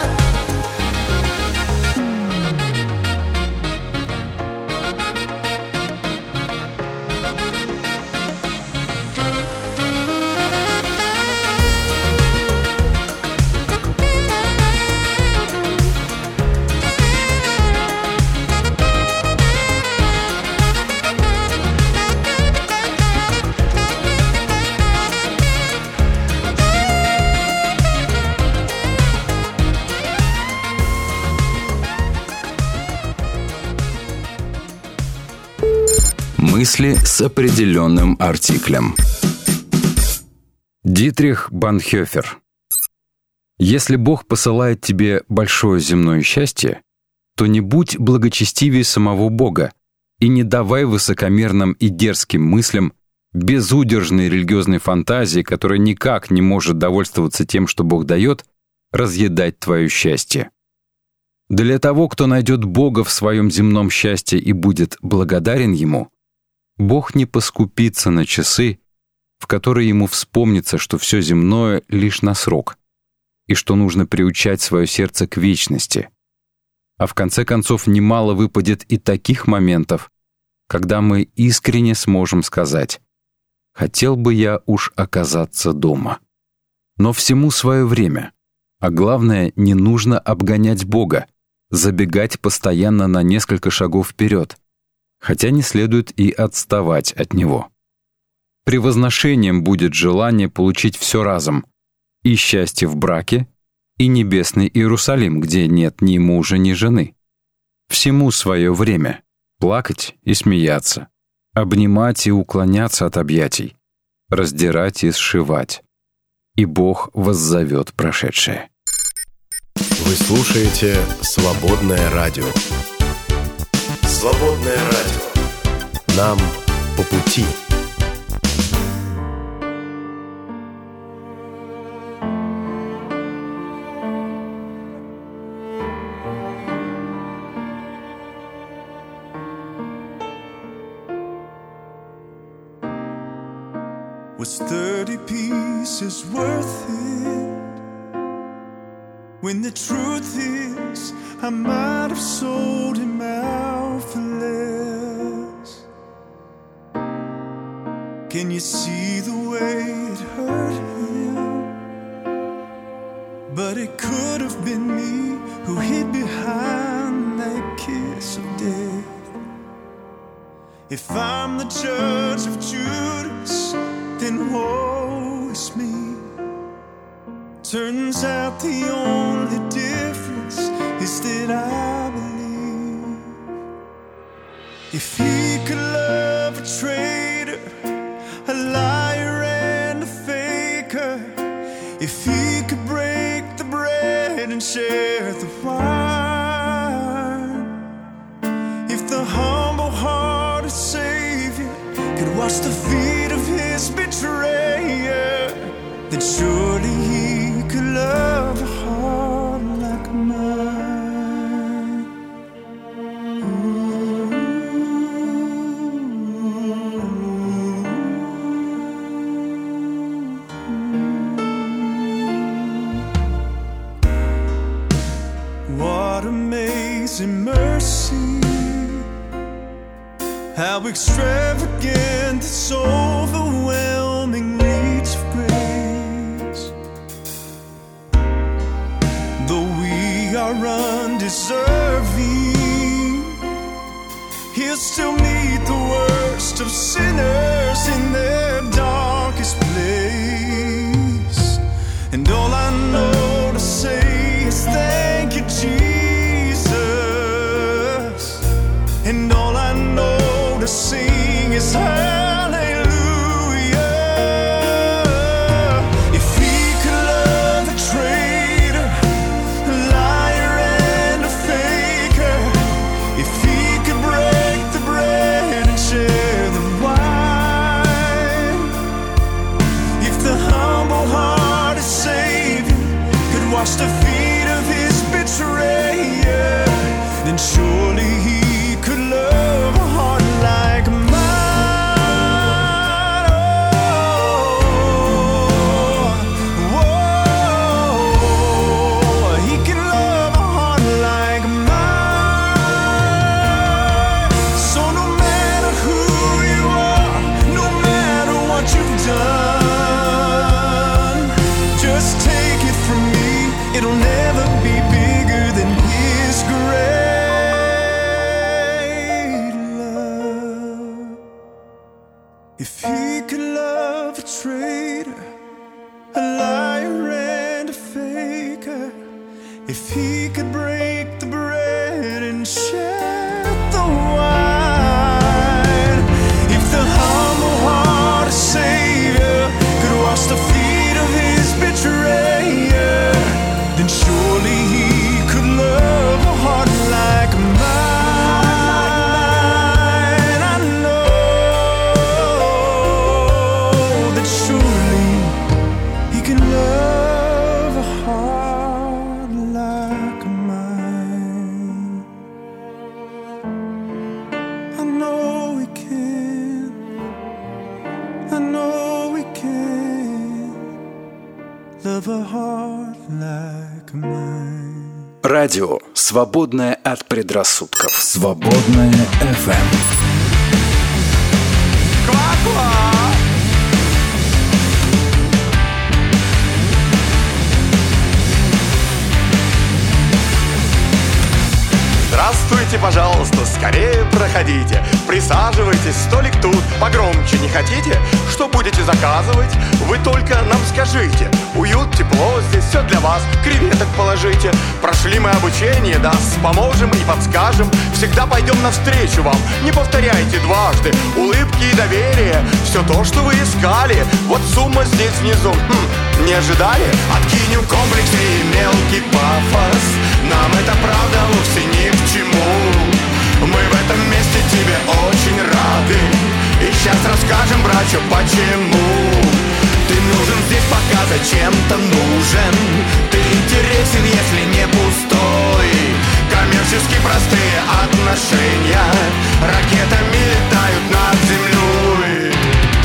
Speaker 1: Мысли с определенным артиклем. Дитрих Бонхофер. Если Бог посылает тебе большое земное счастье, то не будь благочестивее самого Бога и не давай высокомерным и дерзким мыслям, безудержной религиозной фантазии, которая никак не может довольствоваться тем, что Бог дает, разъедать твое счастье. Для того, кто найдет Бога в своем земном счастье и будет благодарен Ему, Бог не поскупится на часы, в которые Ему вспомнится, что все земное лишь на срок, и что нужно приучать свое сердце к вечности. А в конце концов, немало выпадет и таких моментов, когда мы искренне сможем сказать: «Хотел бы я уж оказаться дома». Но всему свое время. А главное, не нужно обгонять Бога, забегать постоянно на несколько шагов вперед, хотя не следует и отставать от Него. Превозношением будет желание получить все разом: и счастье в браке, и небесный Иерусалим, где нет ни мужа, ни жены. Всему свое время. Плакать и смеяться, обнимать и уклоняться от объятий, раздирать и сшивать. И Бог воззовет прошедшее.
Speaker 8: Вы слушаете «Свободное радио». «Свободное радио». Нам по пути.
Speaker 12: Was 30 pieces worth it? When the truth is, I might have sold him out for less. Can you see the way it hurt him? But it could have been me who hid behind that kiss of death. If I'm the judge of Judas, then woe is me. Turns out the only difference is that I believe if he could love a traitor, a liar and a faker, if he could break the bread and share the wine, if the humble-hearted Savior could wash the feet of his betrayer, then surely he could love a heart like mine. What amazing mercy, how extravagant this overwhelming reach of grace. Though we are undeserving, he'll still meet the worst of sinners in their darkest place. And all I know to say is thank you, Jesus. And all I know to sing is hallelujah. If he could love a traitor, a liar and a faker, if he could break the bread and share the wine, if the humble-hearted Savior could wash the feet of his betrayer, then surely he could love a heart like mine. Oh, oh, he can love a heart like mine. So no matter who you are, no matter what you've done, just take it from me, it'll never be bigger than his grace. If he could love a traitor, a liar and a faker, if he could break the bread and share the wine, if the humble-hearted Savior could wash the feet of his betrayer, then surely he could love a heart like mine.
Speaker 2: Свободное от предрассудков. Свободное FM.
Speaker 13: Здравствуйте, пожалуйста, скорее проходите. Присаживайтесь, столик тут, погромче не хотите? Что будете заказывать? Вы только нам скажите. Уют, тепло, здесь все для вас, креветок положите. Прошли мы обучение, да, поможем и подскажем. Всегда пойдем навстречу вам, не повторяйте дважды. Улыбки и доверие, все то, что вы искали. Вот сумма здесь внизу, не ожидали? Откинем комплексы и мелкий пафос. Нам это правда вовсе ни к чему. Мы в этом месте тебе очень рады. И сейчас расскажем, братья, почему. Ты нужен здесь пока зачем-то нужен. Ты интересен, если не пустой. Коммерчески простые отношения ракетами летают над землей.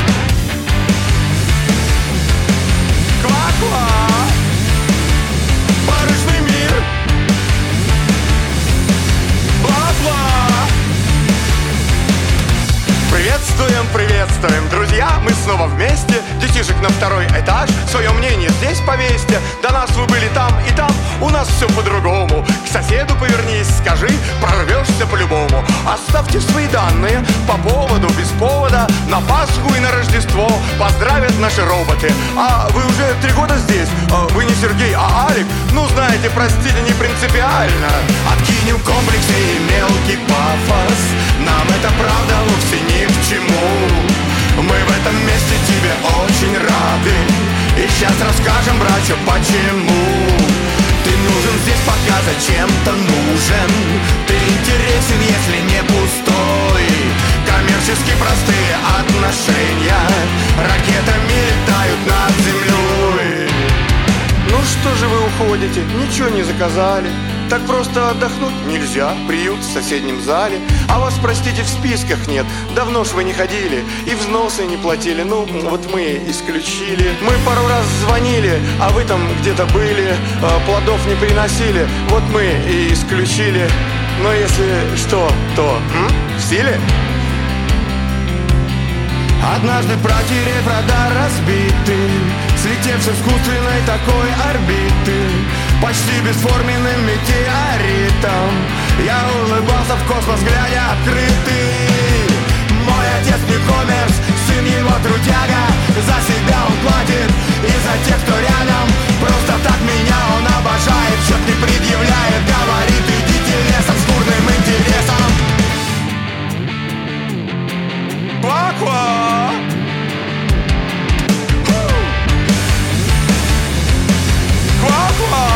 Speaker 13: Ква-ква. Барышный мир. Бла-бла. Приветствуем, приветствуем, друзья, мы снова вместе. Детишек на второй этаж, свое мнение здесь повесьте. До нас вы были там и там, у нас все по-другому. К соседу повернись, скажи, прорвешься по-любому. Оставьте свои данные по поводу, без повода. На Пасху и на Рождество поздравят наши роботы. А вы уже 3 года здесь, вы не Сергей, а Алик. Ну знаете, простите, не принципиально. Откинем комплексы и мелкий пафос. Нам это правда вовсе ни к чему. Мы в этом месте тебе очень рады. И сейчас расскажем, братья, почему. Ты нужен здесь пока зачем-то нужен. Ты интересен, если не пустой. Коммерчески простые отношения ракетами летают над землей. Ну что же вы уходите, ничего не заказали? Так просто отдохнуть нельзя, приют в соседнем зале. А вас, простите, в списках нет, давно ж вы не ходили. И взносы не платили, ну вот мы исключили. Мы пару раз звонили, а вы там где-то были. Плодов не приносили, вот мы и исключили. Но если что, то в силе? Однажды протерев радар разбитый, слетев с искусственной такой орбиты, почти бесформенным метеоритом, я улыбался в космос, глядя открытый. Мой отец не коммерс, сын его трудяга. За себя он платит и за тех, кто рядом. Просто так меня он обожает, счет не предъявляет, говорит, идите лесом с бурным интересом. Ква-ква! Ква-ква!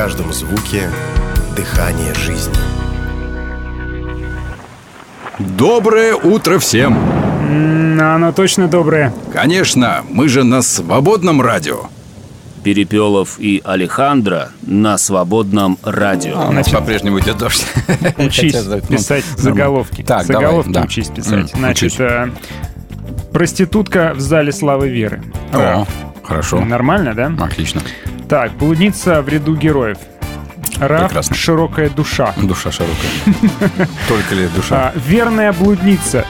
Speaker 8: каждом звуке дыхание жизни.
Speaker 5: Доброе утро всем!
Speaker 3: Оно точно доброе.
Speaker 5: Конечно, мы же на свободном радио.
Speaker 4: Перепелов и Алехандро на свободном радио.
Speaker 5: У нас по-прежнему идет дождь.
Speaker 3: Учись писать заголовки.
Speaker 5: Так,
Speaker 3: заголовки
Speaker 5: давай, да.
Speaker 3: учись писать.
Speaker 5: Учись.
Speaker 3: Значит, проститутка в зале славы Веры.
Speaker 5: О, хорошо.
Speaker 3: Нормально, да?
Speaker 5: Отлично.
Speaker 3: Так, блудница в ряду героев. Раф,
Speaker 5: Прекрасно.
Speaker 3: широкая душа.
Speaker 5: Душа широкая. Только ли душа?
Speaker 3: Верная блудница.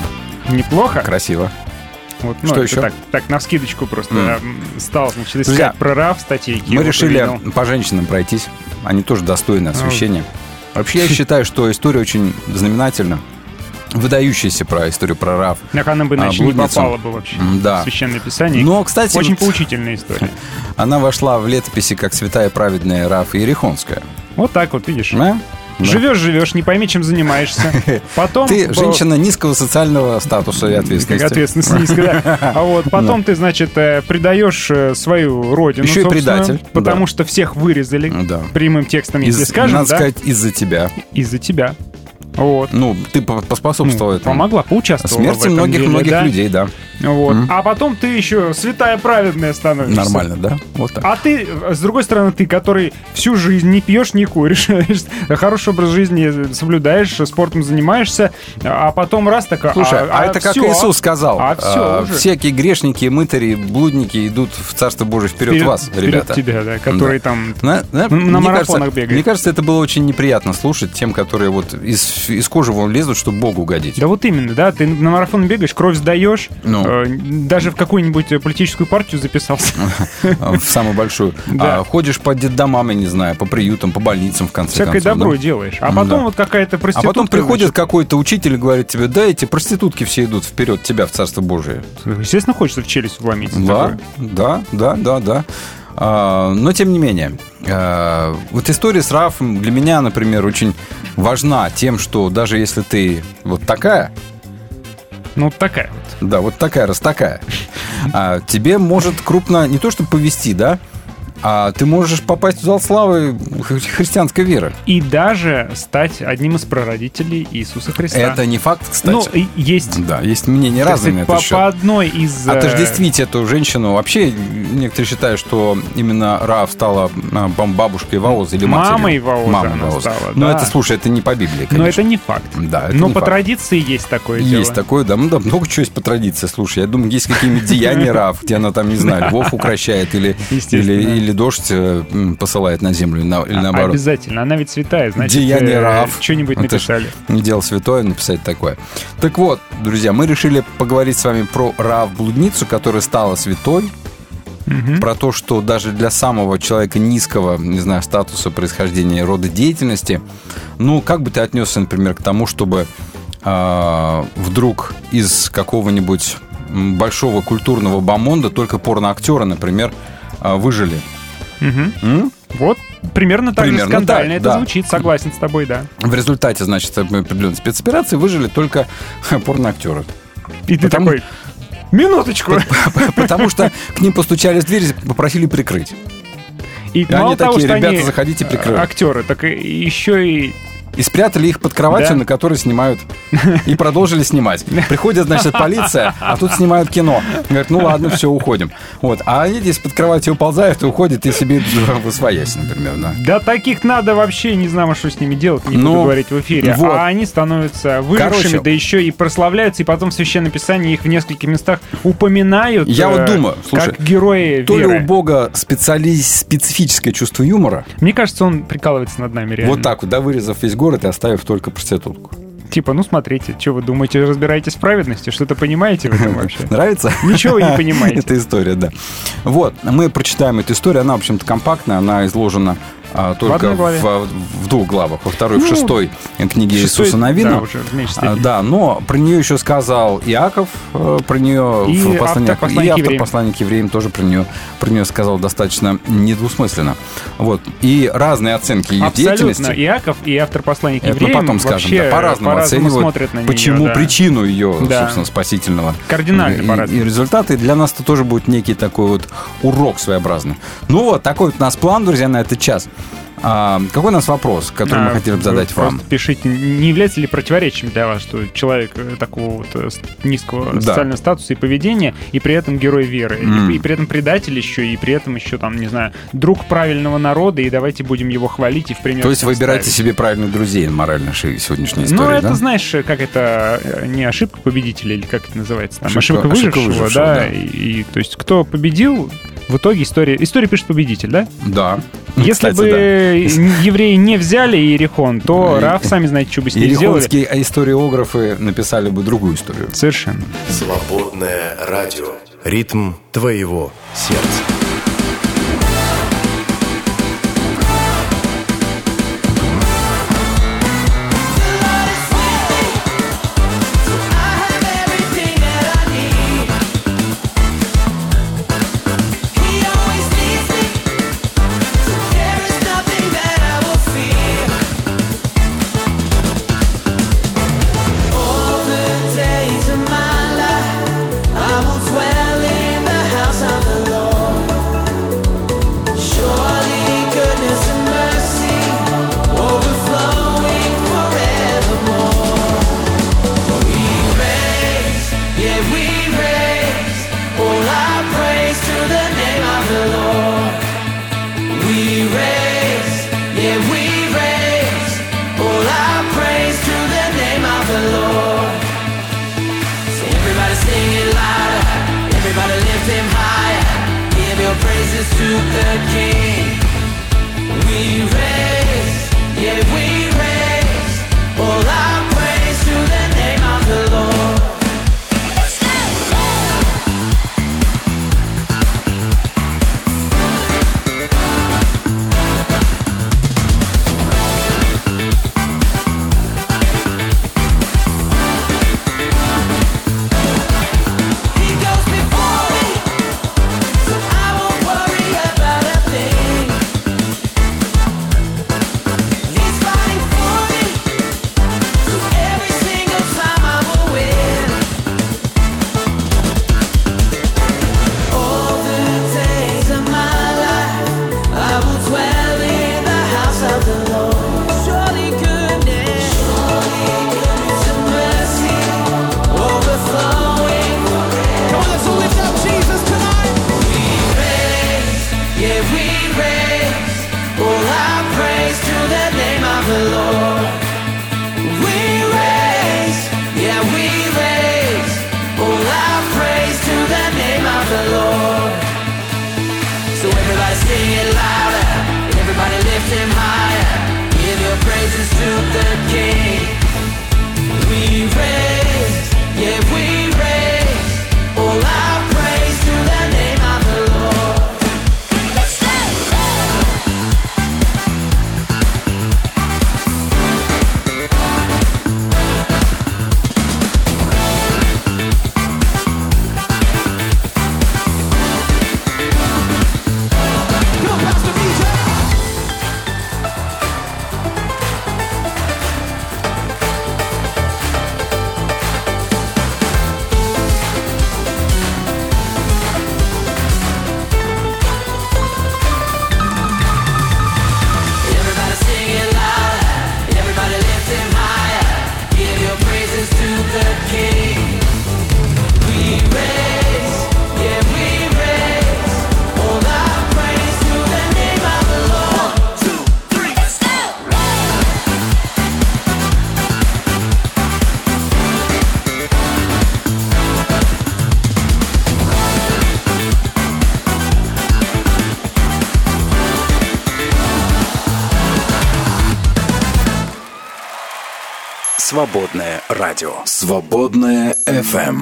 Speaker 3: Неплохо?
Speaker 5: Красиво.
Speaker 3: Вот,
Speaker 5: что
Speaker 3: это
Speaker 5: еще?
Speaker 3: Так, навскидочку просто стал, значит, искать про Раф статейки.
Speaker 5: Мы решили по женщинам пройтись. Они тоже достойны освещения. Вообще, я считаю, что история очень знаменательна. Выдающаяся про историю про Раф.
Speaker 3: Так она бы иначе не попала бы вообще в Священное Писание.
Speaker 5: Но, кстати,
Speaker 3: очень поучительная история.
Speaker 5: Она вошла в летописи как святая праведная Раф Иерихонская.
Speaker 3: Вот так вот, видишь.
Speaker 5: Да?
Speaker 3: Живешь, не пойми, чем занимаешься. Потом
Speaker 5: ты женщина низкого социального статуса и ответственности.
Speaker 3: Ответственность низкая, да. А вот потом ты, значит, предаешь свою родину.
Speaker 5: Еще и предатель.
Speaker 3: Потому что всех вырезали прямым текстом, если скажем.
Speaker 5: Надо сказать, из-за тебя.
Speaker 3: Из-за тебя. Вот.
Speaker 5: Ну, ты поспособствовала этому.
Speaker 3: Помогла, поучаствовала
Speaker 5: смерти
Speaker 3: в этом деле,
Speaker 5: многих людей, да.
Speaker 3: Вот. А потом ты еще святая праведная становишься.
Speaker 5: Нормально, да? Вот так.
Speaker 3: А ты, с другой стороны, ты, который всю жизнь не пьешь, не куришь, хороший образ жизни соблюдаешь, спортом занимаешься, а потом раз такая...
Speaker 5: Слушай, это как Иисус сказал.
Speaker 3: Все
Speaker 5: всякие грешники, мытари, блудники идут в Царство Божие вперед вас, ребята.
Speaker 3: Вперед тебя, да, которые там на
Speaker 5: мне
Speaker 3: марафонах бегают.
Speaker 5: Мне кажется, это было очень неприятно слушать тем, которые вот из кожи вон лезут, чтобы Богу угодить.
Speaker 3: Да вот именно, да, ты на марафон бегаешь, кровь сдаешь, даже в какую-нибудь политическую партию записался.
Speaker 5: В самую большую. Ходишь по детдомам, я не знаю, по приютам, по больницам, в конце концов.
Speaker 3: Всякое добро делаешь. А потом вот какая-то проститутка...
Speaker 5: А потом приходит какой-то учитель и говорит тебе, да, эти проститутки все идут вперед тебя в Царство Божие.
Speaker 3: Естественно, хочется в челюсть вломиться.
Speaker 5: Да. Но тем не менее, вот история с Рафом для меня, например, очень важна тем, что даже если ты вот такая...
Speaker 3: Ну, такая вот.
Speaker 5: Да, вот такая, раз такая. Тебе может крупно не то что повезти, да, а ты можешь попасть в зал славы христианской веры.
Speaker 3: И даже стать одним из прародителей Иисуса Христа.
Speaker 5: Это не факт, кстати.
Speaker 3: Ну, есть.
Speaker 5: Да, есть мнения разные на этот счет.
Speaker 3: По одной из...
Speaker 5: Отождествить эту женщину... Вообще, некоторые считают, что именно Раав стала бабушкой Вооза или матерью.
Speaker 3: Мамой Вооза стала,
Speaker 5: Но
Speaker 3: да.
Speaker 5: это, слушай, это не по Библии, конечно.
Speaker 3: Но это не факт.
Speaker 5: Да, это
Speaker 3: но
Speaker 5: не
Speaker 3: по
Speaker 5: факт.
Speaker 3: традиции есть такое дело.
Speaker 5: Есть такое, да. Ну да, много чего есть по традиции. Слушай, я думаю, есть какие-нибудь деяния Раав, где она там, не знаю, львов укращает или дождь посылает на землю, или наоборот.
Speaker 3: Обязательно. Она ведь святая, значит,
Speaker 5: деяние Раав.
Speaker 3: Что-нибудь написали.
Speaker 5: Не дело святое написать такое. Так вот, друзья, мы решили поговорить с вами про Раав-блудницу, которая стала святой. Про то, что даже для самого человека низкого, не знаю, статуса, происхождения, рода деятельности, ну, как бы ты отнесся, например, к тому, чтобы вдруг из какого-нибудь большого культурного бомонда только порноактеры, например, выжили?
Speaker 3: Вот, примерно так же скандально
Speaker 5: так,
Speaker 3: это звучит, согласен с тобой, да.
Speaker 5: В результате, значит, определенной спецоперации выжили только порноактеры.
Speaker 3: И ты такой, минуточку.
Speaker 5: Потому что к ним постучали в дверь и попросили прикрыть.
Speaker 3: И мало
Speaker 5: они
Speaker 3: того,
Speaker 5: такие,
Speaker 3: что
Speaker 5: ребята,
Speaker 3: они
Speaker 5: заходите, прикрывать.
Speaker 3: Актеры, так еще и...
Speaker 5: И спрятали их под кроватью, на которой снимают. И продолжили снимать. Приходит, значит, полиция, а тут снимают кино. Говорят, ну ладно, все, уходим. Вот. А они здесь под кроватью уползают и уходят, и себе восвоясь, например. Да,
Speaker 3: таких надо вообще, не знаю, что с ними делать, не буду говорить в эфире. Вот. А они становятся выжившими, да еще и прославляются, и потом в Священном Писании их в нескольких местах упоминают.
Speaker 5: Я вот думаю, слушай,
Speaker 3: как герои
Speaker 5: то
Speaker 3: веры.
Speaker 5: ли у Бога специфическое чувство юмора.
Speaker 3: Мне кажется, он прикалывается над нами реально.
Speaker 5: Вот так вот, да, вырезав весь город и оставив только проститутку.
Speaker 3: Типа, ну смотрите, что вы думаете, разбираетесь в праведности? Что-то понимаете в этом вообще?
Speaker 5: Нравится?
Speaker 3: Ничего вы не понимаете.
Speaker 5: Эта история, да. Вот, мы прочитаем эту историю. Она, в общем-то, компактная, она изложена только в двух главах. Во второй, в шестой книге Иисуса Навина.
Speaker 3: Да, уже в меньшей степени.
Speaker 5: Да, но про нее еще сказал Иаков, про нее
Speaker 3: и автор
Speaker 5: послания к евреям тоже про нее сказал достаточно недвусмысленно. Вот. И разные оценки ее деятельности.
Speaker 3: Абсолютно. Иаков и автор послания к евреям
Speaker 5: мы потом скажем, да, по-разному оценивают, почему
Speaker 3: нее,
Speaker 5: причину ее, собственно, спасительного.
Speaker 3: Кардинально по-разному.
Speaker 5: И результаты для нас это тоже будет некий такой вот урок своеобразный. Ну вот, такой вот у нас план, друзья, на этот час. Какой у нас вопрос, который мы хотели бы задать вам?
Speaker 3: Пишите, не является ли противоречием для вас, что человек такого вот низкого социального статуса и поведения, и при этом герой веры, и при этом предатель еще, и при этом еще, там, не знаю, друг правильного народа, и давайте будем его хвалить и в пример.
Speaker 5: То есть выбирайте себе правильных друзей, морально сегодняшняя история,
Speaker 3: ну, это, знаешь, как это, не ошибка победителя, или как это называется, там, ошибка выжившего, да. И то есть кто победил, в итоге история пишет победитель, да?
Speaker 5: Да.
Speaker 3: Если
Speaker 5: кстати,
Speaker 3: бы евреи не взяли Иерихон, то Рав, сами знаете, что бы с ним сделали.
Speaker 5: Иерихонские историографы написали бы другую историю.
Speaker 3: Совершенно.
Speaker 8: Свободное радио. Ритм твоего сердца.
Speaker 2: Свободное радио. Свободное FM.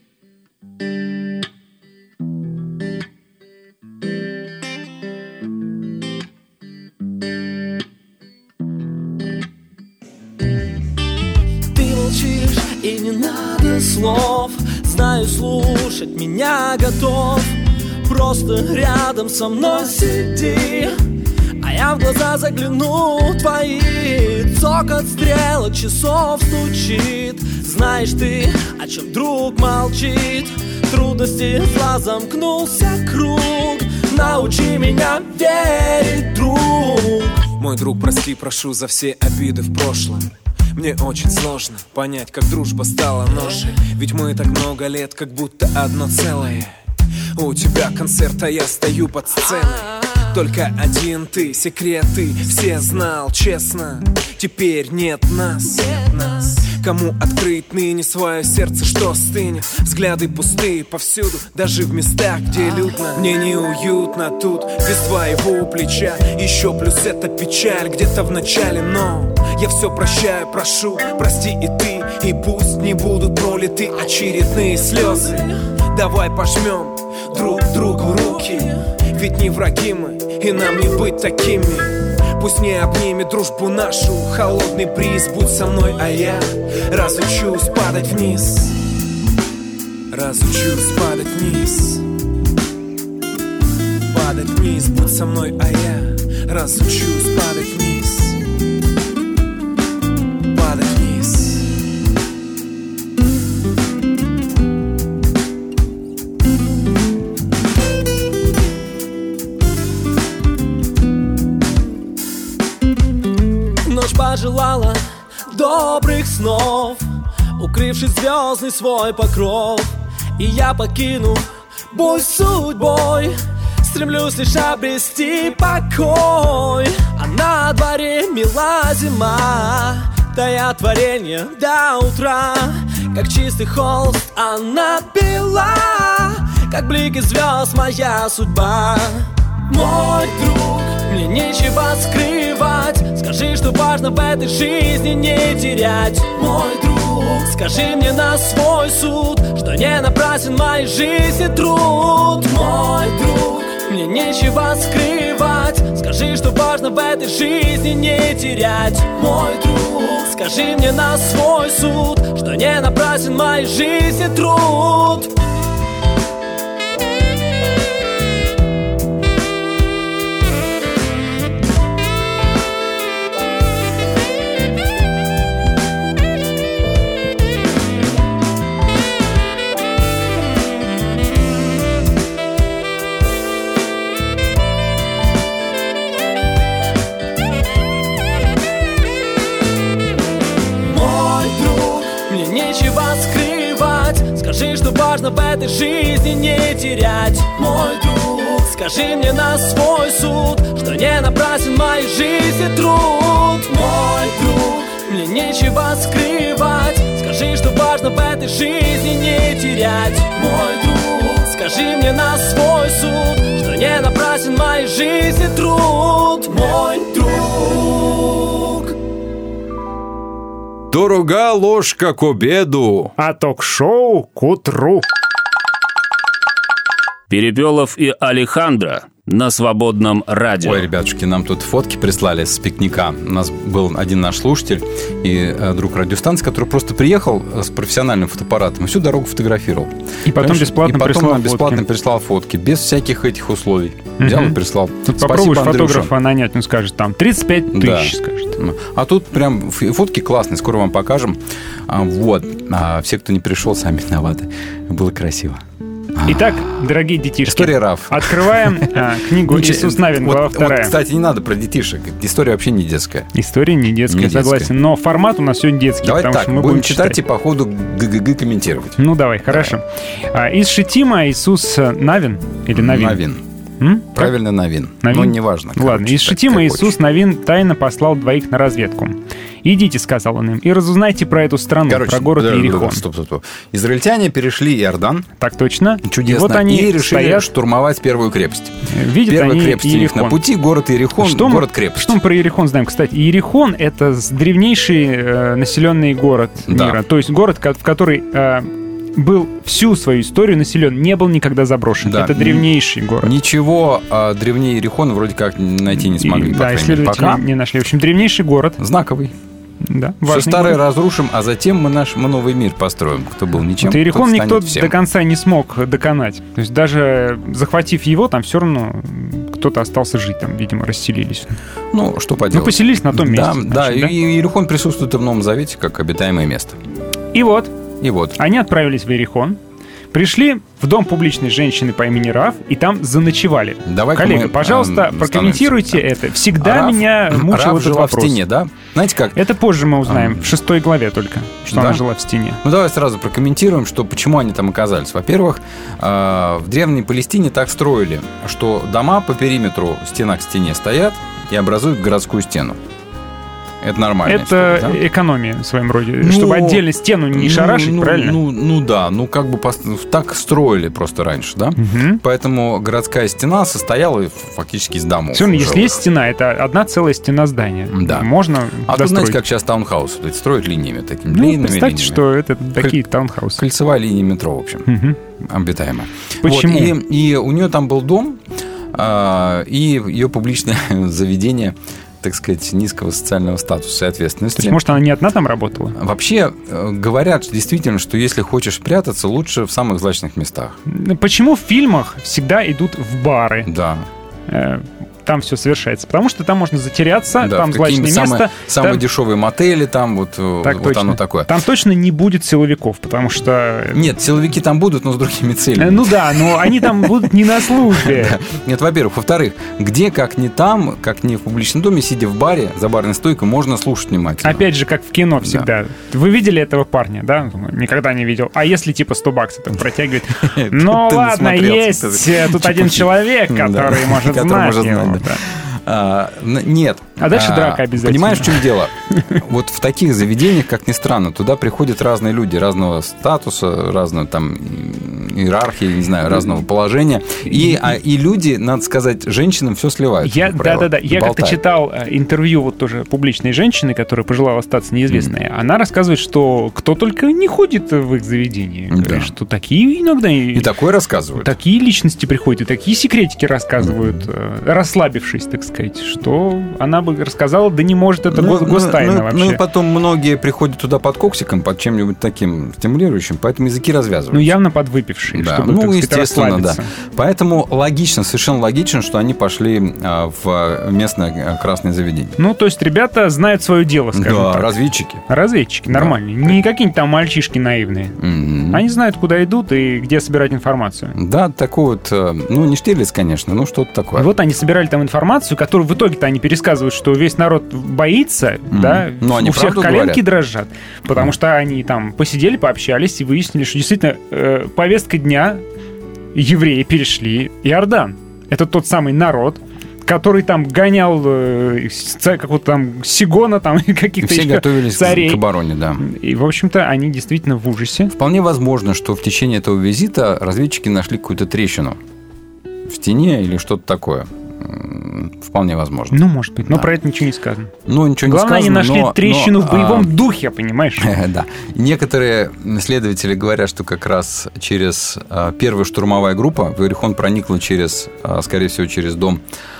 Speaker 14: Ты молчишь, и не надо слов. Знаю, слушать меня готов. Просто рядом со мной сиди, а я в глаза загляну твои. Цокот стрелок часов стучит. Знаешь ты, о чем друг молчит. Трудности зла замкнулся круг. Научи меня верить, друг.
Speaker 15: Мой друг, прости, прошу за все обиды в прошлом. Мне очень сложно понять, как дружба стала ношей. Ведь мы так много лет, как будто одно целое. У тебя концерт, а я стою под сценой. Только один ты, секреты все знал, честно. Теперь нет нас. Кому открыть ныне свое сердце, что стынет? Взгляды пустые повсюду, даже в местах, где людно. Мне неуютно тут, без твоего плеча. Еще плюс эта печаль где-то в начале, но я все прощаю, прошу, прости и ты. И пусть не будут пролиты очередные слезы. Давай пожмем друг другу руки, ведь не враги мы, и нам не быть такими. Пусть не обнимет дружбу нашу холодный бриз. Будь со мной, а я разучусь падать вниз. Разучусь падать вниз. Падать вниз, будь со мной, а я разучусь падать вниз. Падать вниз.
Speaker 14: Ночь пожелала добрых снов, укрывшись звездный свой покров. И я покину бой с судьбой, стремлюсь лишь обрести покой. А на дворе мила зима, тая творенье до утра. Как чистый холст она бела, как блики звезд моя судьба. Мой друг, мне нечего скрывать. Скажи, что важно в этой жизни не терять. Мой друг, скажи мне на свой суд, что не напрасен в моей жизни труд. Мой друг, мне нечего скрывать. Скажи, что важно в этой жизни не терять. Мой друг, скажи мне на свой суд, что не напрасен в моей жизни труд. Скажи, что важно в этой жизни не терять. Мой друг, скажи мне на свой суд, что не напрасен в моей жизни труд. Мой друг, мне нечего скрывать. Скажи, что важно в этой жизни не терять. Мой друг, скажи мне на свой суд, что не напрасен в моей жизни труд. Мой друг.
Speaker 5: Дорога ложка к обеду,
Speaker 3: а ток-шоу к утру.
Speaker 4: Перепелов и Алехандро на Свободном радио.
Speaker 5: Ой, ребятушки, нам тут фотки прислали с пикника. У нас был один наш слушатель и друг радиостанции, который просто приехал с профессиональным фотоаппаратом и всю дорогу фотографировал.
Speaker 3: И потом бесплатно
Speaker 5: прислал фотки, без всяких этих условий. Взял и прислал.
Speaker 3: Тут попробуешь фотографа нанять, он скажет, там 35 тысяч, скажет.
Speaker 5: А тут прям фотки классные, скоро вам покажем. Вот. Все, кто не пришел, сами виноваты. Было красиво.
Speaker 3: Итак, дорогие детишки,
Speaker 5: история Раф.
Speaker 3: Открываем книгу «Иисус Навин», глава 2.
Speaker 5: Вот, кстати, не надо про детишек. История вообще не детская.
Speaker 3: История не детская, согласен. Но формат у нас сегодня детский.
Speaker 5: Давай так,
Speaker 3: что мы
Speaker 5: будем читать и по ходу ГГГ комментировать.
Speaker 3: Ну, давай, хорошо. Из Шитима Иисус Навин или Навин?
Speaker 5: Правильно, Навин. Но неважно.
Speaker 3: Ладно, из Шитима Иисус Навин тайно послал двоих на разведку. «Идите, — сказал он им, — и разузнайте про эту страну, про город Иерихон».
Speaker 5: Стоп. Израильтяне перешли Иордан.
Speaker 3: Так точно.
Speaker 5: Чудесно.
Speaker 3: Вот они
Speaker 5: и решили штурмовать первую крепость.
Speaker 3: Видят
Speaker 5: Первая
Speaker 3: они
Speaker 5: крепость у них на пути, город Иерихон, город-крепость.
Speaker 3: Что мы про Иерихон знаем? Кстати, Иерихон — это древнейший населенный город мира. То есть город, в который... был всю свою историю населен, не был никогда заброшен. Да. Это древнейший город.
Speaker 5: Ничего древнее Иерихона вроде как найти не смогли.
Speaker 3: Да, исследователи не нашли. В общем, древнейший город.
Speaker 5: Знаковый.
Speaker 3: Да,
Speaker 5: все старое разрушим, а затем мы новый мир построим. Кто был ничем,
Speaker 3: вот Иерихон никто до конца не смог доконать. То есть даже захватив его, там все равно кто-то остался жить, там, видимо, расселились.
Speaker 5: Ну, что поделать.
Speaker 3: Ну, поселились на том месте.
Speaker 5: Да, и Иерихон присутствует в Новом Завете как обитаемое место.
Speaker 3: И вот. Они отправились в Иерихон. Пришли в дом публичной женщины по имени Раф, и там заночевали.
Speaker 5: Давай-ка
Speaker 3: коллега,
Speaker 5: мы,
Speaker 3: пожалуйста, прокомментируйте это. Всегда меня мучил этот
Speaker 5: жила
Speaker 3: вопрос.
Speaker 5: в стене, да? Знаете как?
Speaker 3: Это позже мы узнаем, в 6 главе только, что она жила в стене.
Speaker 5: Ну, давай сразу прокомментируем, почему они там оказались. Во-первых, в Древней Палестине так строили, что дома по периметру стена к стене стоят и образуют городскую стену. Это нормально.
Speaker 3: Это история, да? Экономия в своем роде. Чтобы отдельно стену не шарашить, правильно?
Speaker 5: Да. Как бы так строили просто раньше, да?
Speaker 3: Угу.
Speaker 5: Поэтому городская стена состояла фактически из домов.
Speaker 3: Все, если есть стена, это одна целая стена здания.
Speaker 5: Да.
Speaker 3: Можно
Speaker 5: достроить. Тут, знаете, как сейчас таунхаусы строят линиями, такими длинными
Speaker 3: представьте,
Speaker 5: линиями.
Speaker 3: что это такие таунхаусы.
Speaker 5: Кольцевая линия метро, в общем, обитаемая.
Speaker 3: Почему?
Speaker 5: Вот, и у нее там был дом, и ее публичное заведение, так сказать, низкого социального статуса и ответственности.
Speaker 3: То есть, может, она не одна там работала?
Speaker 5: Вообще, говорят действительно, что если хочешь прятаться, лучше в самых злачных местах.
Speaker 3: Почему в фильмах всегда идут в бары?
Speaker 5: Да.
Speaker 3: Там все совершается. Потому что там можно затеряться,
Speaker 5: да,
Speaker 3: там злачное место.
Speaker 5: Самые дешевые мотели, там вот оно такое.
Speaker 3: Там точно не будет силовиков, потому что...
Speaker 5: Нет, силовики там будут, но с другими целями.
Speaker 3: Ну да, но они там будут не на службе.
Speaker 5: Нет, во-первых. Во-вторых, где, как не там, как не в публичном доме, сидя в баре, за барной стойкой, можно слушать внимательно.
Speaker 3: Опять же, как в кино всегда. Да. Вы видели этого парня, да? Никогда не видел. А если типа $100 там протягивает? Ну ладно, есть тут один человек, который может знать.
Speaker 5: Нет.
Speaker 3: А дальше драка обязательно.
Speaker 5: Понимаешь, в чем дело? Вот в таких заведениях, как ни странно, туда приходят разные люди, разного статуса, разного там иерархии, не знаю, разного положения. И люди, надо сказать, женщинам все сливают.
Speaker 3: Да. Я как-то читал интервью вот тоже публичной женщины, которая пожелала остаться неизвестной. Она рассказывает, что кто только не ходит в их заведении. Говорит, что такие иногда...
Speaker 5: И такое рассказывают.
Speaker 3: Такие личности приходят, и такие секретики рассказывают, расслабившись, так сказать, что она бы рассказала, да не может, это гостайна вообще.
Speaker 5: Ну и потом многие приходят туда под коксиком, под чем-нибудь таким стимулирующим, поэтому языки развязываются.
Speaker 3: Ну явно подвыпившие,
Speaker 5: да.
Speaker 3: чтобы, так сказать,
Speaker 5: естественно,
Speaker 3: расслабиться.
Speaker 5: Да. Поэтому логично, совершенно логично, что они пошли в местное красное заведение.
Speaker 3: Ну, то есть ребята знают свое дело, скажем так.
Speaker 5: Да, разведчики.
Speaker 3: Разведчики, нормальные. Да. Не какие-нибудь там мальчишки наивные.
Speaker 5: Mm-hmm.
Speaker 3: Они знают, куда идут и где собирать информацию.
Speaker 5: Да, такой вот, ну, не Штирлиц, конечно, но что-то такое.
Speaker 3: И вот они собирали там информацию, которую в итоге-то они пересказывают, что весь народ боится, да,
Speaker 5: но они
Speaker 3: у всех коленки
Speaker 5: говорят.
Speaker 3: Дрожат, потому что они там посидели, пообщались и выяснили, что действительно повестка дня евреи перешли Иордан. Это тот самый народ, который там гонял какого-то там Сигона, там каких-то
Speaker 5: все готовились
Speaker 3: царей.
Speaker 5: К обороне, да.
Speaker 3: И, в общем-то, они действительно в ужасе.
Speaker 5: Вполне возможно, что в течение этого визита разведчики нашли какую-то трещину в стене или что-то такое. Вполне возможно.
Speaker 3: Ну, может быть, но про это ничего не сказано.
Speaker 5: Ну, ничего
Speaker 3: Главное,
Speaker 5: не сказано.
Speaker 3: Главное, они нашли трещину в боевом духе, понимаешь?
Speaker 5: Да. Некоторые исследователи говорят, что как раз через первая штурмовая группа в Иерихон проникла через, скорее всего, через дом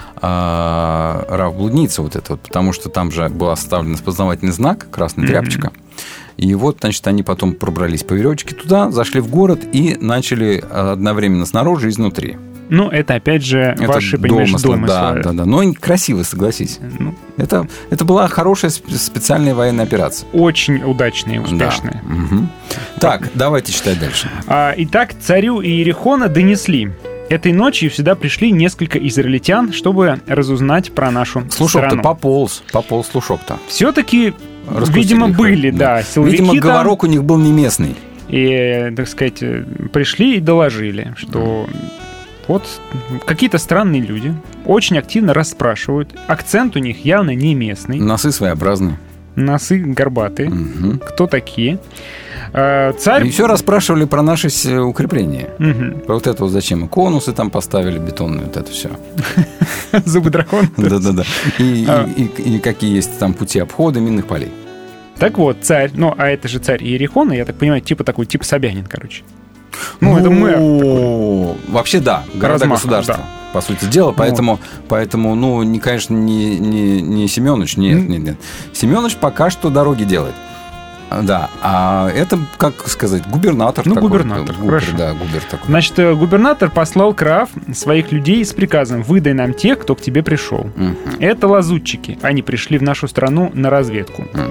Speaker 5: Рав-блудницы, вот это вот, потому что там же был оставлен распознавательный знак, красная тряпочка. И вот, значит, они потом пробрались по веревочке туда, зашли в город и начали одновременно снаружи и изнутри.
Speaker 3: Ну, это, опять же, ваши, понимаешь, домыслы.
Speaker 5: Да. Но красиво, согласись.
Speaker 3: Ну,
Speaker 5: это была хорошая специальная военная операция.
Speaker 3: Очень удачная и успешная.
Speaker 5: Да. Угу. Так, давайте читать дальше.
Speaker 3: Итак, царю Иерихона донесли. Этой ночью сюда пришли несколько израильтян, чтобы разузнать про нашу
Speaker 5: слушок-то
Speaker 3: страну.
Speaker 5: Пополз слушок-то.
Speaker 3: Все-таки, видимо, были, да, силовики.
Speaker 5: Видимо, говорок у них был не местный.
Speaker 3: И, так сказать, пришли и доложили, что вот какие-то странные люди очень активно расспрашивают. Акцент у них явно не местный.
Speaker 5: Носы своеобразные.
Speaker 3: Носы горбатые.
Speaker 5: Угу.
Speaker 3: Кто такие? Царь...
Speaker 5: И все расспрашивали про наши укрепления.
Speaker 3: Угу.
Speaker 5: Про вот это вот зачем. И конусы там поставили бетонные, вот это все.
Speaker 3: Зубы дракона?
Speaker 5: Да. И какие есть там пути обхода минных полей.
Speaker 3: Так вот, царь, а это же царь Иерихона, я так понимаю, типа Собянин, короче. Это мэр.
Speaker 5: Вообще, да, города-государства, да. По сути дела, поэтому, конечно, не Семёныч, нет. Семёныч пока что дороги делает. Да, а это, как сказать, губернатор такой.
Speaker 3: Губернатор, хорошо.
Speaker 5: Да, губер такой.
Speaker 3: Значит, губернатор послал к Рав своих людей с приказом: выдай нам тех, кто к тебе пришел. Это лазутчики. Они пришли в нашу страну на разведку.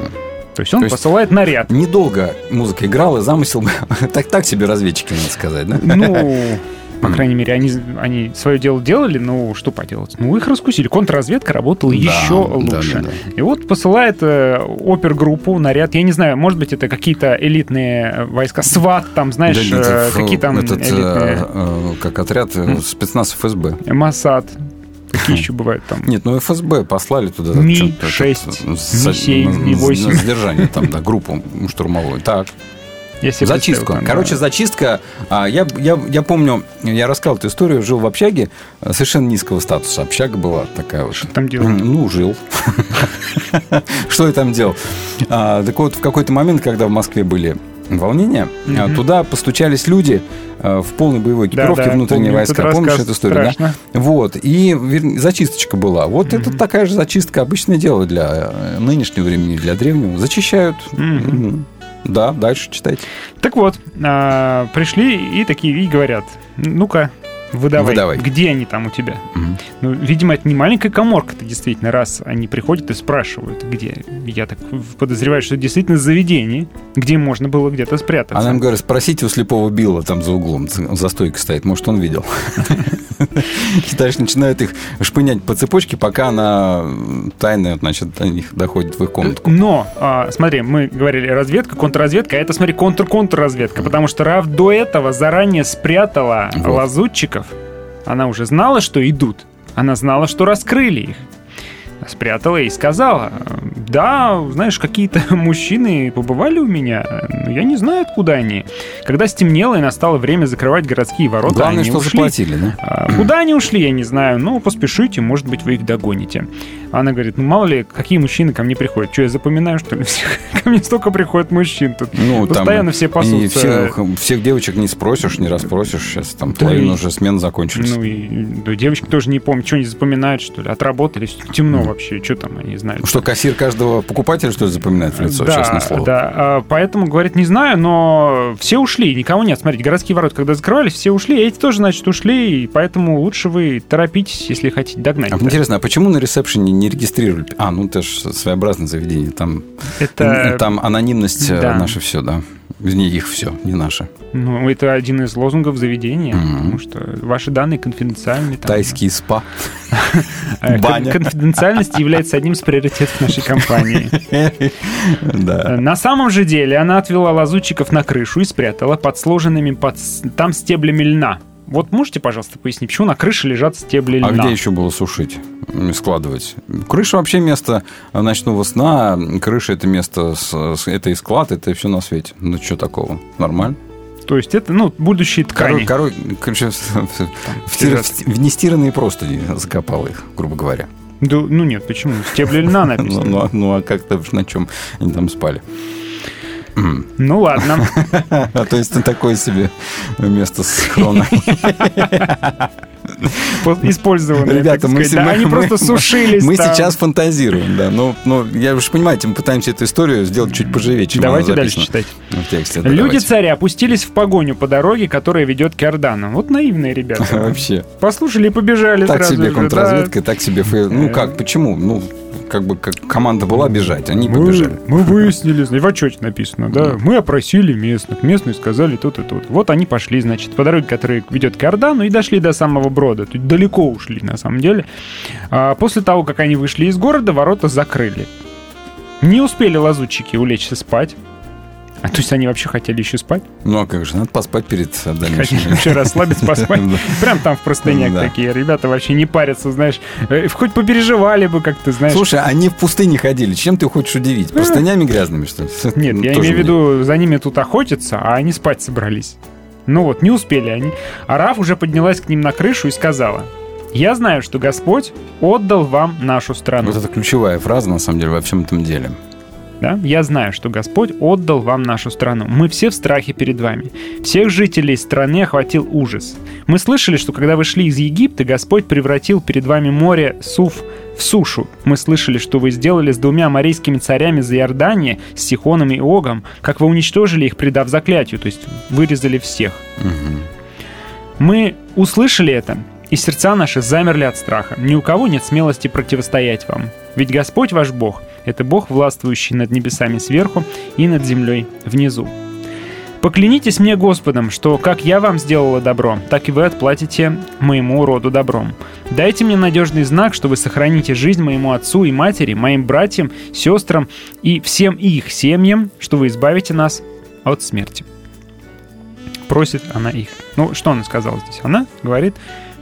Speaker 3: То есть он посылает наряд.
Speaker 5: Недолго музыка играла, замысел так себе разведчики, надо сказать, да?
Speaker 3: Ну, по крайней мере, они свое дело делали, но что поделать? Ну, их раскусили. Контрразведка работала еще лучше. Да. И вот посылает опергруппу, наряд. Я не знаю, может быть, это какие-то элитные войска. СВАТ, там, знаешь, какие там элитные...
Speaker 5: Как отряд спецназ ФСБ.
Speaker 3: Моссад. Какие еще бывают там?
Speaker 5: Нет, ну ФСБ послали туда.
Speaker 3: Ми-6, Ми-7, Ми-8.
Speaker 5: На задержание там, да, группу штурмовую. Так. Зачистку. Короче, зачистка. Я помню, я рассказал эту историю, жил в общаге совершенно низкого статуса. Общага была такая вот.
Speaker 3: Что там делал?
Speaker 5: Ну, жил. Что я там делал? Так вот, в какой-то момент, когда в Москве были волнения, туда постучались люди в полной боевой экипировке, внутренние войска. Помнишь эту историю, да? Вот. И зачисточка была. Вот это такая же зачистка, обычное дело для нынешнего времени, для древнего. Зачищают. Да, дальше читайте.
Speaker 3: Так вот, пришли и такие, и говорят, ну-ка, выдавай. Где они там у тебя? Ну, видимо, это не маленькая каморка-то действительно, раз они приходят и спрашивают, где. Я так подозреваю, что это действительно заведение, где можно было где-то спрятаться.
Speaker 5: А нам говорят, спросите у слепого Билла там за углом, за стойкой стоит, может, он видел. И дальше начинают их шпынять по цепочке, она тайно, значит, до них доходит в их комнатку.
Speaker 3: Но, смотри, мы говорили разведка, контрразведка, а это, смотри, контрразведка, потому что Раф до этого заранее спрятала лазутчиков. Она уже знала, что идут. Она знала, что раскрыли их. Спрятала и сказала: да, знаешь, какие-то мужчины побывали у меня, но я не знаю, откуда они. Когда стемнело и настало время закрывать городские ворота,
Speaker 5: главное,
Speaker 3: они
Speaker 5: что
Speaker 3: ушли.
Speaker 5: Заплатили, да?
Speaker 3: Куда они ушли, я не знаю, но поспешите, может быть, вы их догоните. Она говорит, ну, мало ли, какие мужчины ко мне приходят. Что, я запоминаю, что ли? Ко мне столько приходит мужчин тут.
Speaker 5: Ну,
Speaker 3: постоянно все пасутся.
Speaker 5: Всех девочек не спросишь, не расспросишь. Сейчас там половина уже смен закончились.
Speaker 3: Ну, и девочки тоже не помнят, что не запоминают, что ли. Отработали, темно вообще, что там они знают.
Speaker 5: Что, кассир каждого покупателя, что ли, запоминает в лицо, честное слово?
Speaker 3: Да, поэтому, говорит, не знаю, но все ушли, никого нет. Смотрите, городские ворота, когда закрывались, все ушли, эти тоже, значит, ушли, и поэтому лучше вы торопитесь, если хотите догнать.
Speaker 5: Интересно, а почему на ресепшене не регистрировали? Ну, это же своеобразное заведение, там анонимность наше все, да. Вернее, их все, не наше.
Speaker 3: Ну, это один из лозунгов заведения, потому что ваши данные конфиденциальны.
Speaker 5: Тайский спа.
Speaker 3: Баня. Конфиденциальность является одним из приоритетов нашей компании. На самом же деле она отвела лазутчиков на крышу и спрятала под сложенными там стеблями льна. Вот можете, пожалуйста, пояснить, почему на крыше лежат стебли льна?
Speaker 5: А где еще было сушить, складывать? Крыша вообще место ночного сна, крыша это место, это и склад, это все на свете. Ну, что такого? Нормально?
Speaker 3: То есть это, будущие ткани.
Speaker 5: Короче, в нестиранные простыни закопал их, грубо говоря.
Speaker 3: Да, ну нет, почему? Стебли льна написано.
Speaker 5: Ну, а как-то на чем они там спали?
Speaker 3: Ну ладно.
Speaker 5: То есть это такое себе место с хроной.
Speaker 3: Использованные,
Speaker 5: ребята,
Speaker 3: они просто сушились.
Speaker 5: Мы сейчас фантазируем, да. Но я же понимаете, мы пытаемся эту историю сделать чуть поживее, чем
Speaker 3: давайте дальше читать.
Speaker 5: В тексте.
Speaker 3: Люди царя опустились в погоню по дороге, которая ведет к Иордану. Вот наивные ребята.
Speaker 5: Вообще.
Speaker 3: Послушали и побежали
Speaker 5: так
Speaker 3: сразу
Speaker 5: себе
Speaker 3: же,
Speaker 5: контрразведка, так себе... Ну как, почему? Ну, как команда была бежать, они побежали.
Speaker 3: Мы выяснили, в отчете написано, да, мы опросили местных, местные сказали тут и тут. Вот они пошли, значит, по дороге, которая ведет к Иордану, и дошли до самого брода. Тут далеко ушли, на самом деле. После того, как они вышли из города, ворота закрыли. Не успели лазутчики улечься спать. То есть они вообще хотели еще спать?
Speaker 5: Ну, а как же, надо поспать перед дальнейшим.
Speaker 3: Хотели вообще расслабиться, поспать. Прям там в простынях такие. Ребята вообще не парятся, знаешь. Хоть попереживали бы как-то, знаешь.
Speaker 5: Слушай, они в пустыне ходили. Чем ты хочешь удивить? Простынями грязными, что ли?
Speaker 3: Нет, я имею в виду, за ними тут охотятся, а они спать собрались. Ну вот, не успели они. А Раф уже поднялась к ним на крышу и сказала: «Я знаю, что Господь отдал вам нашу страну».
Speaker 5: Вот это ключевая фраза, на самом деле, во всем этом деле.
Speaker 3: Да? «Я знаю, что Господь отдал вам нашу страну. Мы все в страхе перед вами. Всех жителей страны охватил ужас. Мы слышали, что когда вы шли из Египта, Господь превратил перед вами море Суф в сушу. Мы слышали, что вы сделали с 2 аморейскими царями за Иордания, с Сихоном и Огом, как вы уничтожили их, предав заклятию, то есть вырезали всех. Мы услышали это и сердца наши замерли от страха. Ни у кого нет смелости противостоять вам. Ведь Господь ваш Бог — это Бог, властвующий над небесами сверху и над землей внизу. Поклянитесь мне Господом, что как я вам сделала добро, так и вы отплатите моему роду добром. Дайте мне надежный знак, что вы сохраните жизнь моему отцу и матери, моим братьям, сестрам и всем их семьям, что вы избавите нас от смерти. Просит она их. Ну, что она сказала здесь? Она говорит,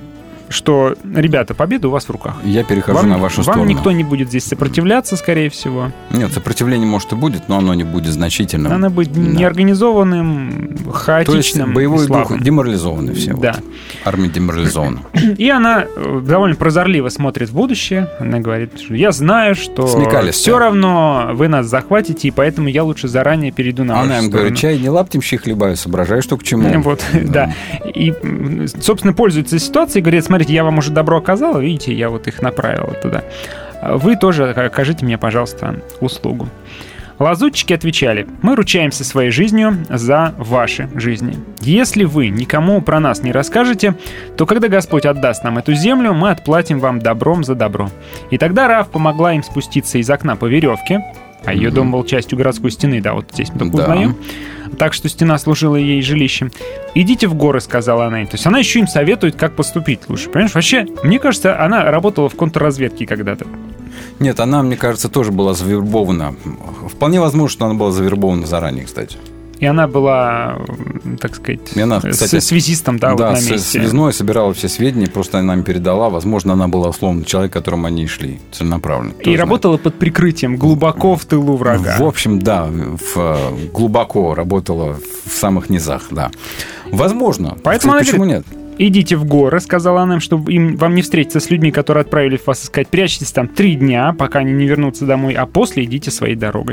Speaker 3: что, ребята, победа у вас в руках.
Speaker 5: Я перехожу на вашу сторону.
Speaker 3: Вам никто не будет здесь сопротивляться, скорее всего.
Speaker 5: Нет, сопротивление, может, и будет, но оно не будет значительным.
Speaker 3: Оно будет неорганизованным, хаотичным.
Speaker 5: То есть боевой дух деморализованный все.
Speaker 3: Да.
Speaker 5: Вот. Армия деморализована.
Speaker 3: И она довольно прозорливо смотрит в будущее. Она говорит, что я знаю, что все равно вы нас захватите, и поэтому я лучше заранее перейду на вашу сторону.
Speaker 5: Она им говорит, чай не лаптем щи хлебаю, соображай, что к чему.
Speaker 3: Вот, да. И, собственно, пользуется ситуацией, говорит, смотрите, я вам уже добро оказала, видите, я вот их направила туда. Вы тоже окажите мне, пожалуйста, услугу. Лазутчики отвечали, мы ручаемся своей жизнью за ваши жизни. Если вы никому про нас не расскажете, то когда Господь отдаст нам эту землю, мы отплатим вам добром за добро. И тогда Раав помогла им спуститься из окна по веревке, а ее дом был частью городской стены, да, вот здесь мы только узнаем. Так что стена служила ей жилищем. «Идите в горы», — сказала она им. То есть она еще им советует, как поступить лучше. Понимаешь, вообще, мне кажется, она работала в контрразведке когда-то.
Speaker 5: Нет, она, мне кажется, тоже была завербована. Вполне возможно, что она была завербована заранее, кстати.
Speaker 3: И она была, так сказать,
Speaker 5: она, кстати,
Speaker 3: связистом, да, вот на месте.
Speaker 5: Связной, собирала все сведения, просто она им передала. Возможно, она была, условно, человек, к которому они шли целенаправленно.
Speaker 3: И работала под прикрытием, глубоко в тылу врага.
Speaker 5: В общем, да, глубоко работала в самых низах, да. Возможно.
Speaker 3: Поэтому
Speaker 5: кстати, почему нет?
Speaker 3: Идите в горы, сказала она им, чтобы вам не встретиться с людьми, которые отправили вас искать. Прячьтесь там 3 дня, пока они не вернутся домой, а после идите своей дорогой.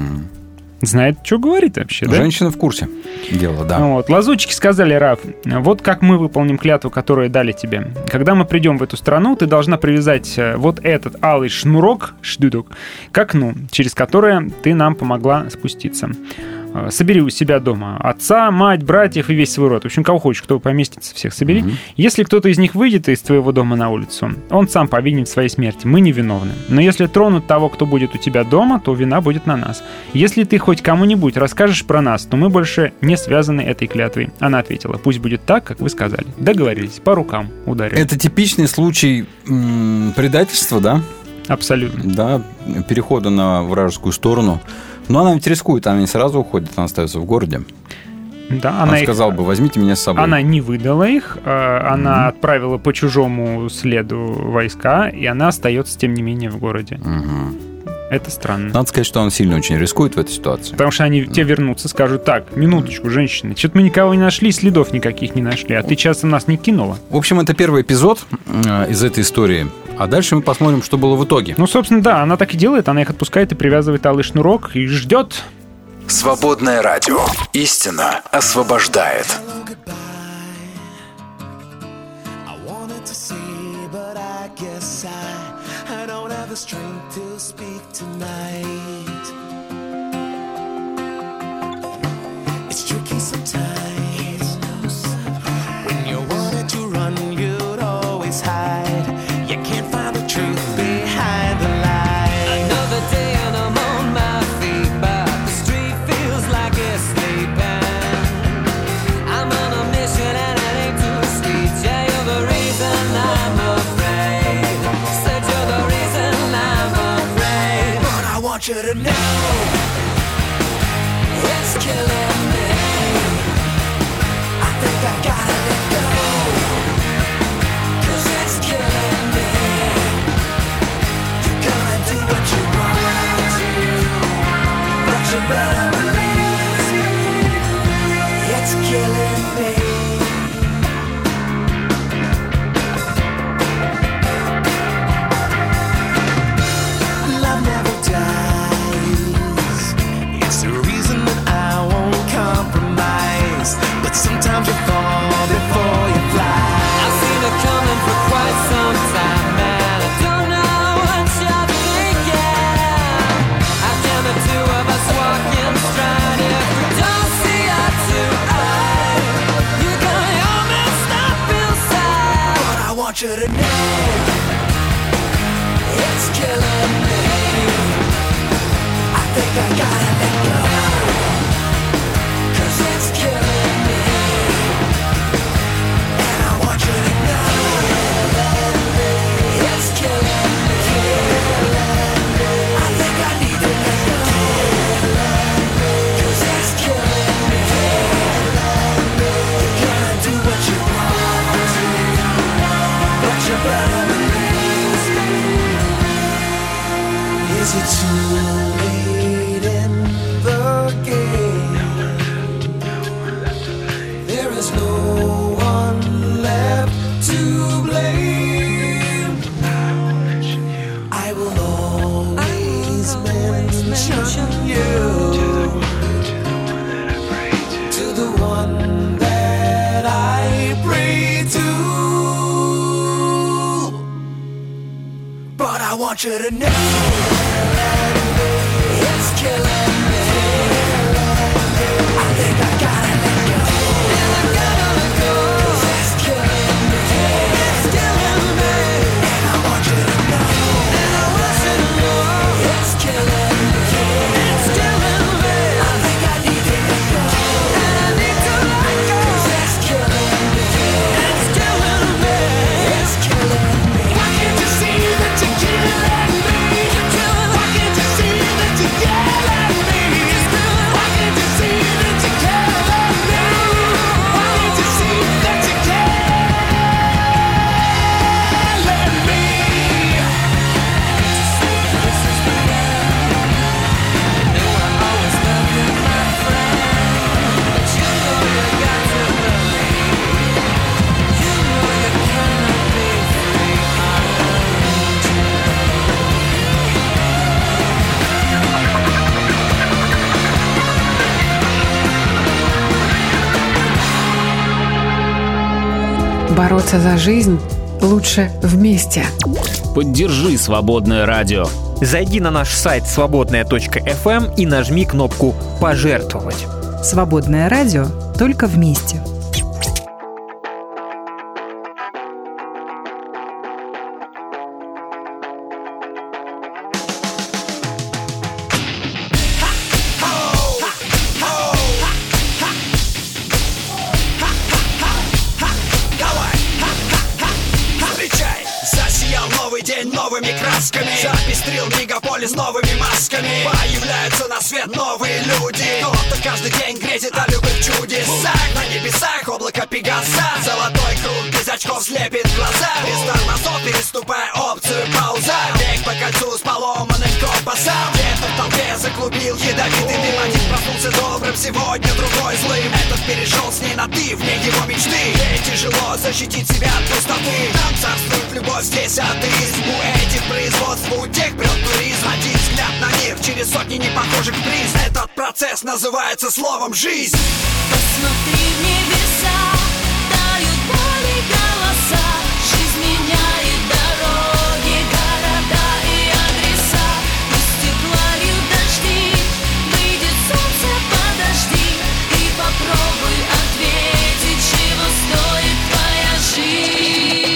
Speaker 3: Знает, что говорит вообще, да?
Speaker 5: Женщина в курсе дела, да.
Speaker 3: Вот. Лазутчики сказали Раав, вот как мы выполним клятву, которую дали тебе. Когда мы придем в эту страну, ты должна привязать вот этот алый шнурок, шдудок, к окну, через которое ты нам помогла спуститься. Собери у себя дома отца, мать, братьев и весь свой род. В общем, кого хочешь, кто поместится, всех собери. Если кто-то из них выйдет из твоего дома на улицу, он сам повинен в своей смерти. Мы не виновны. Но если тронут того, кто будет у тебя дома, то вина будет на нас. Если ты хоть кому-нибудь расскажешь про нас, то мы больше не связаны этой клятвой. Она ответила, пусть будет так, как вы сказали. Договорились, по рукам ударили.
Speaker 5: Это типичный случай предательства, да?
Speaker 3: Абсолютно.
Speaker 5: Да, перехода на вражескую сторону. Но она ведь рискует, она не сразу уходит, она остается в городе.
Speaker 3: Да,
Speaker 5: она сказала бы, возьмите меня с собой.
Speaker 3: Она не выдала их, она отправила по чужому следу войска, и она остается, тем не менее, в городе. Это странно.
Speaker 5: Надо сказать, что он сильно очень рискует в этой ситуации.
Speaker 3: Потому что они те вернутся, скажут, так, минуточку, женщины, что-то мы никого не нашли, следов никаких не нашли, а ты часто нас не кинула.
Speaker 5: В общем, это первый эпизод из этой истории. А дальше мы посмотрим, что было в итоге.
Speaker 3: Ну, собственно, да, она так и делает, она их отпускает и привязывает алый шнурок и ждет.
Speaker 2: Свободное радио. Истина освобождает.
Speaker 12: You to know it's killing me. I think I gotta let go, 'cause it's killing me. You're gonna do what you want to, but you better believe it's killing me. Love never dies. Sometimes you fall before you fly.
Speaker 14: I've seen it coming for quite some time, man. I don't know what you're thinking. How can the two of us walk in
Speaker 7: you to know it's killing me. I think I gotta let go, 'cause it's killing me. And I want you to know it's killing me. I think I need to let go, 'cause it's killing me. You're gonna do what you want, but you better believe. Is it too late in the game? There is no one left to blame. I will always mention you to the one that I pray to. But I want you to know it's killing me. I think I gotta let go, and I gotta let go, 'cause it's killing me. It's killing me. And I want you to know, and I want you to know it's killing me. It's killing me. I think I need to let go, and I need to let go, 'cause it's killing me. It's killing me. It's killing me. Why can't you see that you're killing me? Why can't you see that you're killing me? Why can't you see that you're killing me? Why can't you see that you're killing me? This is the end. Knew I always loved you, my friend, but you know you got to believe. You know you cannot be free.
Speaker 16: Бороться за жизнь лучше вместе.
Speaker 17: Поддержи «Свободное радио».
Speaker 18: Зайди на наш сайт свободная.фм и нажми кнопку «Пожертвовать».
Speaker 9: Свободное радио только вместе.
Speaker 7: Встречай! Засиял новый день новыми красками. Запестрил мегаполис новыми масками. Появляются на свет новые люди. Кто-то каждый день грезит о любых чудесах. На небесах облако Пегаса. Золотой круг без очков слепит глаза. Без тормозов переступая опцию пауза. Бег по кольцу с поломанным компасом. Где-то в толпе заклубил ядовитый дым. Один проснулся добрым, сегодня другой злым. Этот перешел с ней на ты, вне его мечты. Ей тяжело защитить себя от пустоты. Там царствует любовь, здесь атеизм. У этих производств, у тех прет туризм. Один взгляд на мир через сотни непохожих приз. Этот процесс называется словом «жизнь».
Speaker 6: Посмотри в небеса, тают боли голоса. Жизнь меняет дороги, города и адреса. Из стекла льют дожди, выйдет солнце, подожди. И попробуй ответить, чего стоит твоя жизнь.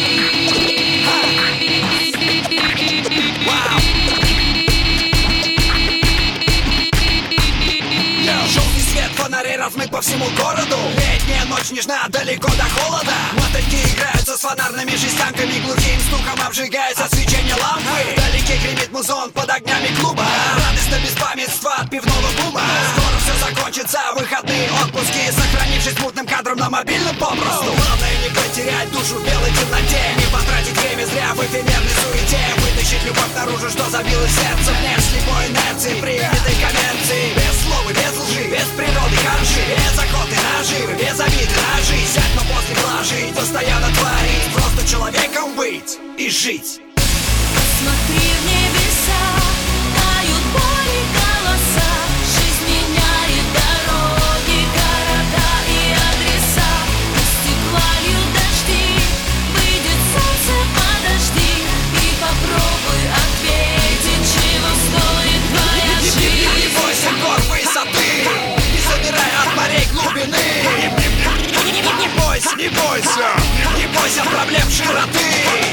Speaker 7: Желтый свет фонарей размыт по всему городу. Летняя ночь нежна, далеко до холода. Мотыльки играются с фонарными жестянками. Глухим стуком обжигается свечение лампы. Вдалеке гремит музон под огнями клуба. Радость на беспамятство от пивного бума. Скоро все закончится, выходные отпуски. Сохранившись мутным кадром на мобильном попросту. Главное не потерять душу в белой темноте. Не потратить время зря в эфемерной суете. Вытащить любовь наружу, что забилось сердце. Вне слепой инерции, принятой конвенции. Без слов и без лжи, без природы харши. Без охоты наживы, без обиды на жизнь. Сядь, но после вложить, постоянно творить. Просто человеком быть и жить.
Speaker 6: Посмотри в небеса, тают боли голоса. Жизнь меняет дороги, города и адреса. Из стекла льют дожди, выйдет солнце, подожди. И попробуй ответить, чего стоит твоя жизнь.
Speaker 7: Не бойся гор высоты, не забирай от морей глубины. Не бойся, не бойся проблем широты.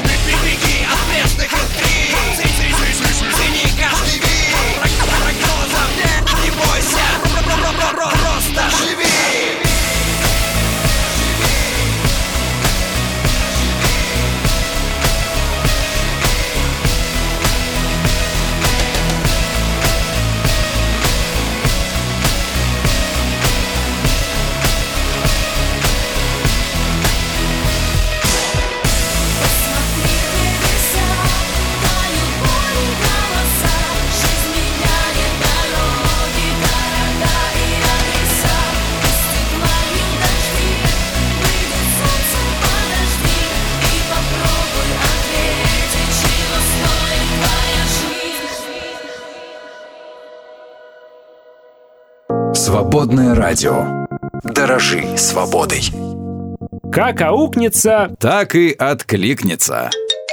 Speaker 2: Свободное радио. Дорожи свободой.
Speaker 17: Как аукнется,
Speaker 5: так и откликнется.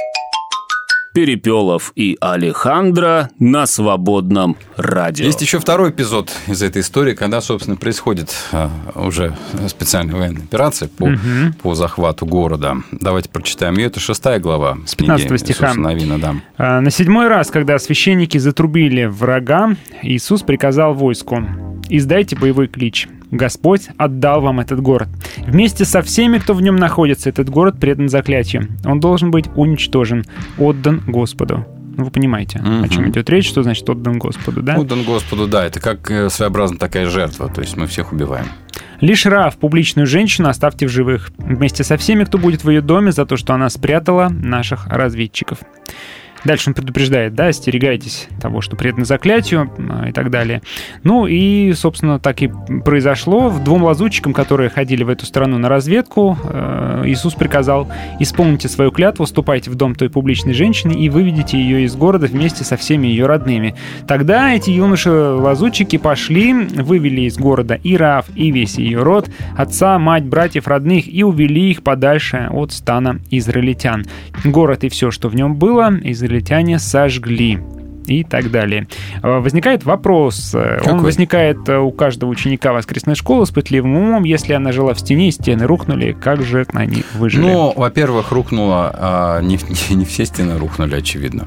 Speaker 4: Перепелов и Алехандро на Свободном радио.
Speaker 5: Есть еще второй эпизод из этой истории, когда, собственно, происходит уже специальная военная операция по захвату города. Давайте прочитаем ее. Это 6 глава
Speaker 3: с 15 стиха.
Speaker 5: Иисуса Навина, да.
Speaker 3: На 7-й раз, когда священники затрубили врага, Иисус приказал войску: «Издайте боевой клич. Господь отдал вам этот город. Вместе со всеми, кто в нем находится, этот город предан заклятию. Он должен быть уничтожен, отдан Господу». Вы понимаете, о чем идет речь, что значит отдан Господу, да?
Speaker 5: Отдан Господу, да. Это как своеобразно такая жертва, то есть мы всех убиваем.
Speaker 3: «Лишь Раав, публичную женщину, оставьте в живых, вместе со всеми, кто будет в ее доме, за то, что она спрятала наших разведчиков». Дальше он предупреждает, да, остерегайтесь того, что предано заклятию и так далее. Ну и, собственно, так и произошло. Двум лазутчикам, которые ходили в эту страну на разведку, Иисус приказал: «Исполните свою клятву, вступайте в дом той публичной женщины и выведите ее из города вместе со всеми ее родными». Тогда эти юноши-лазутчики пошли, вывели из города и Раав, и весь ее род, отца, мать, братьев, родных, и увели их подальше от стана израильтян. Город и все, что в нем было, израильтяне сожгли. И так далее. Возникает вопрос. Какой? Он возникает у каждого ученика воскресной школы с пытливым умом. Если она жила в стене, и стены рухнули, как же они выжили?
Speaker 5: Ну, во-первых, рухнула... Не все стены рухнули, очевидно.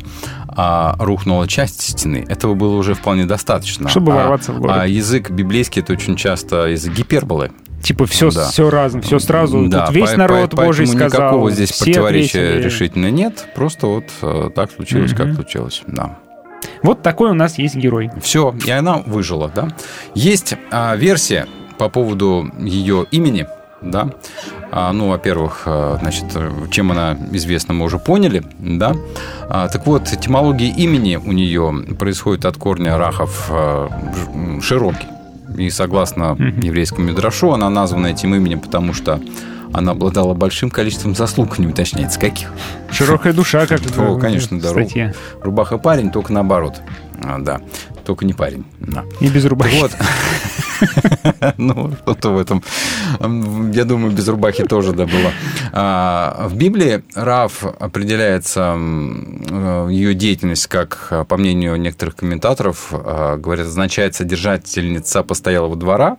Speaker 5: А рухнула часть стены. Этого было уже вполне достаточно.
Speaker 3: Чтобы ворваться в город.
Speaker 5: А язык библейский — это очень часто язык гиперболы.
Speaker 3: Типа все разом, все сразу.
Speaker 5: Да,
Speaker 3: тут весь народ Божий сказал.
Speaker 5: Никакого здесь противоречия
Speaker 3: ответили.
Speaker 5: Решительно нет. Просто вот так случилось, как случилось. Да.
Speaker 3: Вот такой у нас есть герой.
Speaker 5: Все, и она выжила, да. Есть версия по поводу ее имени, да. Ну, во-первых, значит, чем она известна, мы уже поняли, да. Так вот, этимология имени у нее происходит от корня рахов широкий. И согласно еврейскому мидрашу, она названа этим именем, потому что она обладала большим количеством заслуг, не уточняется, каких.
Speaker 3: Широкая душа, как
Speaker 5: в конечно, да. Рубаха парень, только наоборот. Да, только не парень. Да.
Speaker 3: И без рубахи.
Speaker 5: Вот. Ну, что-то в этом, я думаю, без рубахи тоже, да, было. В Библии Раав определяется, ее деятельность, как, по мнению некоторых комментаторов, говорят, означает содержательница постоялого двора.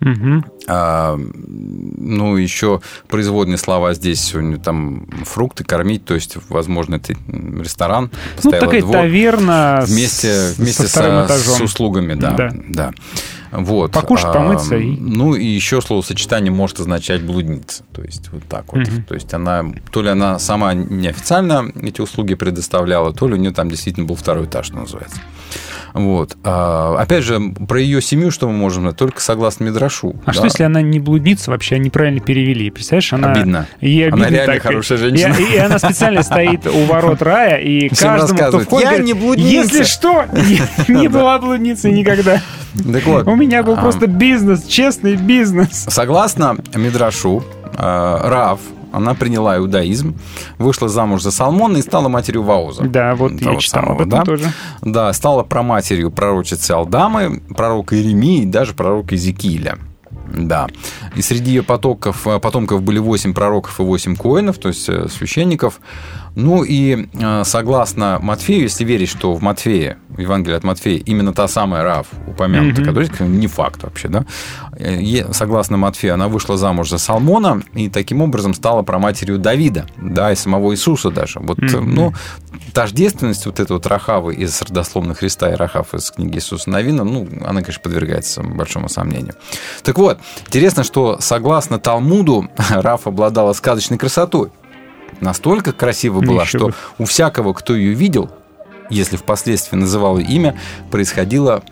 Speaker 5: Ну, еще производные слова здесь, у нее там фрукты кормить, то есть, возможно, это ресторан,
Speaker 3: постоялый двор. Таверна
Speaker 5: вместе с услугами, да. Вот.
Speaker 3: Покушать, помыться.
Speaker 5: Ну, и еще словосочетание может означать блудница. То есть, вот так вот. То есть, то ли она сама неофициально эти услуги предоставляла, то ли у нее там действительно был второй этаж, что называется. Вот. Опять же, про ее семью что мы можем знать? Только согласно мидрашу.
Speaker 3: А что, если она не блудница, вообще неправильно перевели? Представляешь, она...
Speaker 5: Обидно.
Speaker 3: Ей обидно.
Speaker 5: Она реально хорошая женщина.
Speaker 3: И она специально стоит у ворот рая, и каждому, кто входит,
Speaker 5: я не блудница.
Speaker 3: Если что, не была блудницей никогда.
Speaker 5: Так вот.
Speaker 3: У меня был просто бизнес, честный бизнес.
Speaker 5: Согласно мидрашу, Раав, она приняла иудаизм, вышла замуж за Салмона и стала матерью Ваоза.
Speaker 3: Да, вот я читал об этом тоже.
Speaker 5: Да, стала праматерью пророчицы Алдамы, пророка Иеремии и даже пророка Иезекииля. Да. И среди ее потомков были 8 пророков и 8 коэнов, то есть священников. Ну и согласно Матфею, если верить, что в Матфее, в Евангелии от Матфея, именно та самая Раав упомянута, которая не факт вообще, да. Согласно Матфею, она вышла замуж за Салмона и таким образом стала праматерью Давида, да, и самого Иисуса даже. Вот, ну, тождественность вот этой вот Рахавы из родословных Христа и Рахав из книги Иисуса Навина, ну, она, конечно, подвергается большому сомнению. Так вот, интересно, что согласно Талмуду Раав обладала сказочной красотой. Настолько красиво была, что у всякого, кто ее видел, если впоследствии называл ее имя, происходило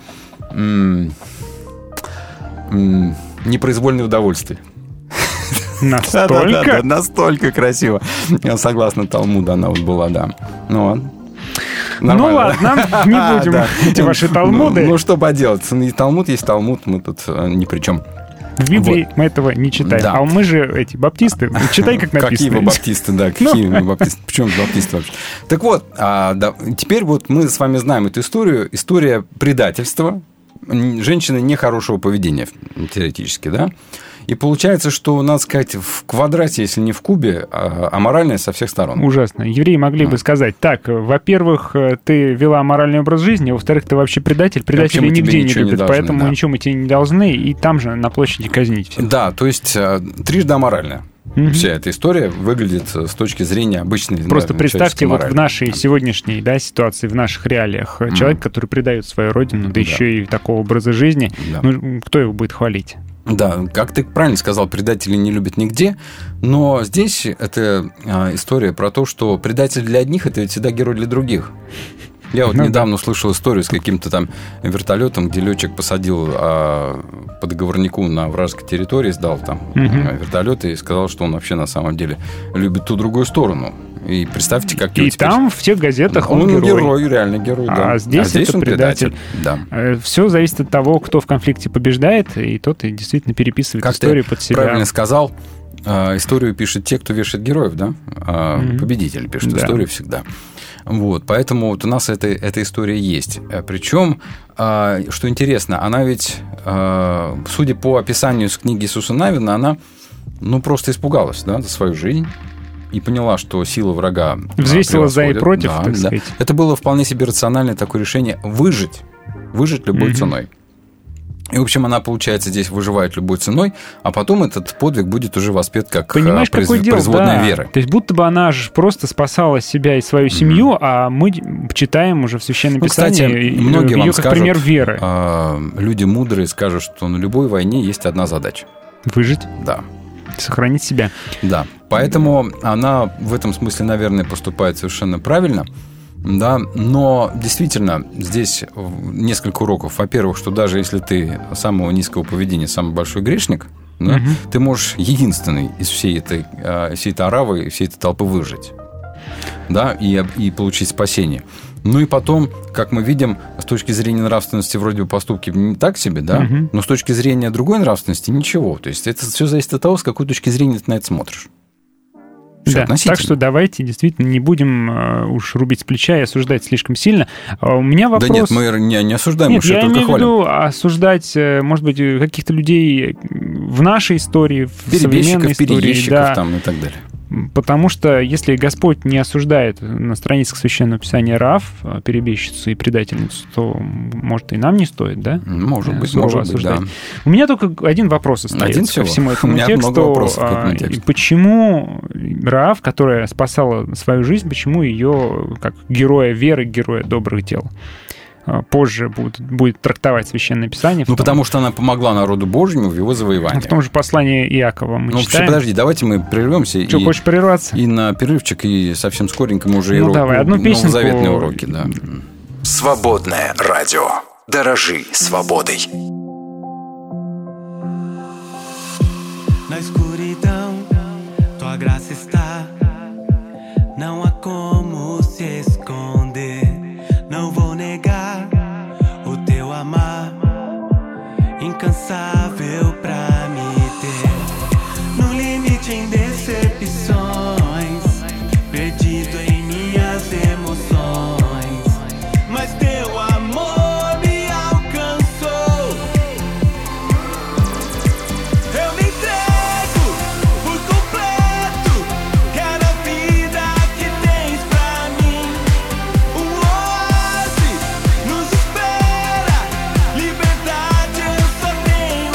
Speaker 5: непроизвольное удовольствие.
Speaker 3: Настолько?
Speaker 5: Да, настолько красиво. Согласно Талмуду она вот была, да. Ну
Speaker 3: ладно, не будем эти ваши Талмуды.
Speaker 5: Ну, что поделать. Талмуд есть Талмуд, мы тут ни при чем.
Speaker 3: В Библии мы этого не читаем. Да. А мы же эти баптисты. Читай, как написано.
Speaker 5: Какие вы баптисты, да. Какие вы баптисты? Почему баптисты вообще? Так вот, теперь вот мы с вами знаем эту историю. История предательства женщины нехорошего поведения, теоретически, да? И получается, что, надо сказать, в квадрате, если не в кубе, аморальное со всех сторон.
Speaker 3: Ужасно. Евреи могли бы сказать, так, во-первых, ты вела аморальный образ жизни, а во-вторых, ты вообще предатель. Предатели нигде не любят, поэтому ничего мы тебе не должны, и там же на площади казнить всех.
Speaker 5: Да, то есть трижды аморально. Вся эта история выглядит с точки зрения обычной.
Speaker 3: Просто представьте, вот в нашей сегодняшней ситуации, в наших реалиях, человек, который предает свою родину, да еще и такого образа жизни, ну, кто его будет хвалить?
Speaker 5: Да, как ты правильно сказал, предатели не любят нигде, но здесь это история про то, что предатель для одних – это ведь всегда герой для других. Я вот недавно услышал историю с каким-то там вертолетом, где летчик посадил по договорнику на вражеской территории, сдал там вертолет и сказал, что он вообще на самом деле любит ту другую сторону. И представьте, как
Speaker 3: и теперь... там в тех газетах он
Speaker 5: герой, реально герой, да.
Speaker 3: А здесь это
Speaker 5: он
Speaker 3: предатель.
Speaker 5: Да.
Speaker 3: Все зависит от того, кто в конфликте побеждает, и тот и действительно переписывает
Speaker 5: как
Speaker 3: историю под себя.
Speaker 5: Правильно сказал, историю пишут те, кто вешает героев, да? Победители пишут историю всегда. Вот, поэтому вот у нас эта история есть. Причем, что интересно, она ведь, судя по описанию с книги Иисуса Навина, она просто испугалась, да, за свою жизнь и поняла, что сила врага
Speaker 3: взвесила за и против, так сказать.
Speaker 5: Это было вполне себе рациональное такое решение выжить любой ценой. И, в общем, она, получается, здесь выживает любой ценой, а потом этот подвиг будет уже воспет как производная веры.
Speaker 3: То есть, будто бы она же просто спасала себя и свою семью, а мы читаем уже в Священном Писании
Speaker 5: многие
Speaker 3: ее
Speaker 5: вам
Speaker 3: как
Speaker 5: скажут,
Speaker 3: пример веры.
Speaker 5: Люди мудрые скажут, что на любой войне есть одна задача.
Speaker 3: Выжить?
Speaker 5: Да.
Speaker 3: Сохранить себя.
Speaker 5: Да. Поэтому она в этом смысле, наверное, поступает совершенно правильно. Да, но действительно здесь несколько уроков. Во-первых, что даже если ты самого низкого поведения, самый большой грешник, да, ты можешь единственный из всей этой оравы, всей этой толпы выжить, да, и получить спасение. Ну и потом, как мы видим, с точки зрения нравственности вроде бы поступки не так себе, да, но с точки зрения другой нравственности ничего. То есть это все зависит от того, с какой точки зрения ты на это смотришь.
Speaker 3: Да, так что давайте действительно не будем уж рубить с плеча и осуждать слишком сильно. У меня вопрос...
Speaker 5: Да нет, мы не осуждаем, мы только хвалим.
Speaker 3: Я имею в виду осуждать, может быть, каких-то людей в нашей истории, в современной истории.
Speaker 5: Перебежчиков там и так далее.
Speaker 3: Потому что если Господь не осуждает на страницах Священного Писания Раав, перебежчицу и предательницу, то, может, и нам не стоит, да?
Speaker 5: Может быть, да.
Speaker 3: У меня только один вопрос остается ко всему этому тексту. Почему Раав, которая спасала свою жизнь, почему ее как героя веры, героя добрых дел позже будет трактовать Священное Писание?
Speaker 5: Потому что она помогла народу Божьему в его завоевании.
Speaker 3: В том же послании Иакова мы читаем.
Speaker 5: Подожди, давайте мы прервемся.
Speaker 3: Что, хочешь прерваться?
Speaker 5: И на перерывчик, и совсем скоренько мы уже
Speaker 3: давай, одну песенку.
Speaker 5: Новозаветные уроки. Да.
Speaker 2: Свободное радио. Дорожи свободой.
Speaker 12: Na escuridão, tua graça está. Não há como se esconder. Não vou negar o teu amar, incansável pra me ter. No limite em decepções, perdido em minhas emoções, mas teu amor me alcançou. Eu me entrego por completo, quero a vida que tens pra mim. Oásis nos espera, liberdade eu só tenho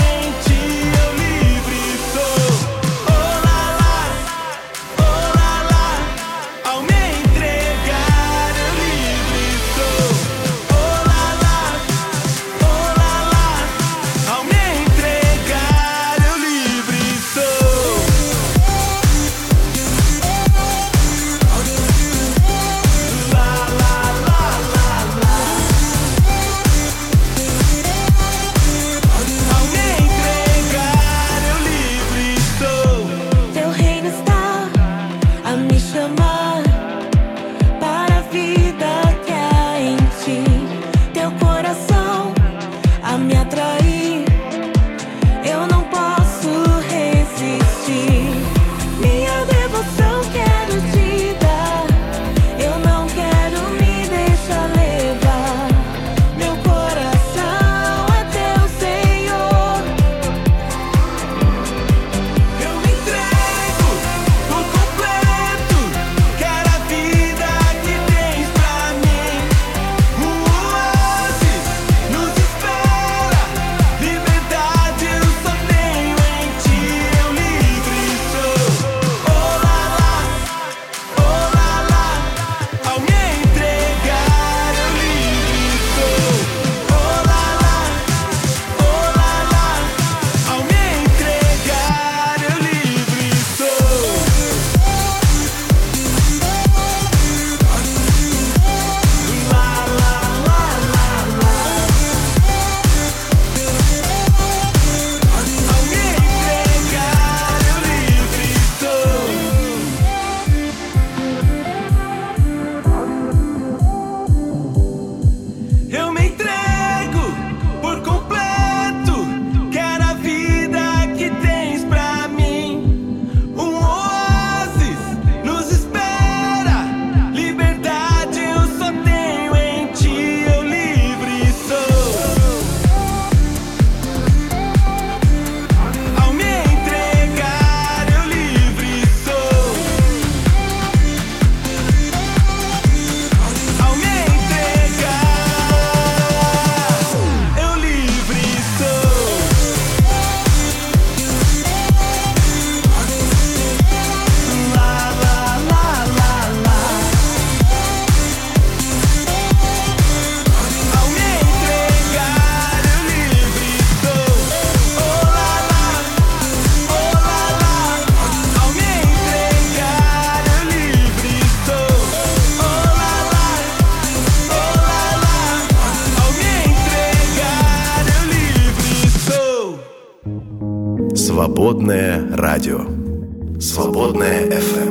Speaker 8: Свободное радио. Свободное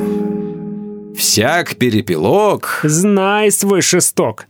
Speaker 8: FM.
Speaker 5: Всяк перепелок.
Speaker 17: Знай свой шесток.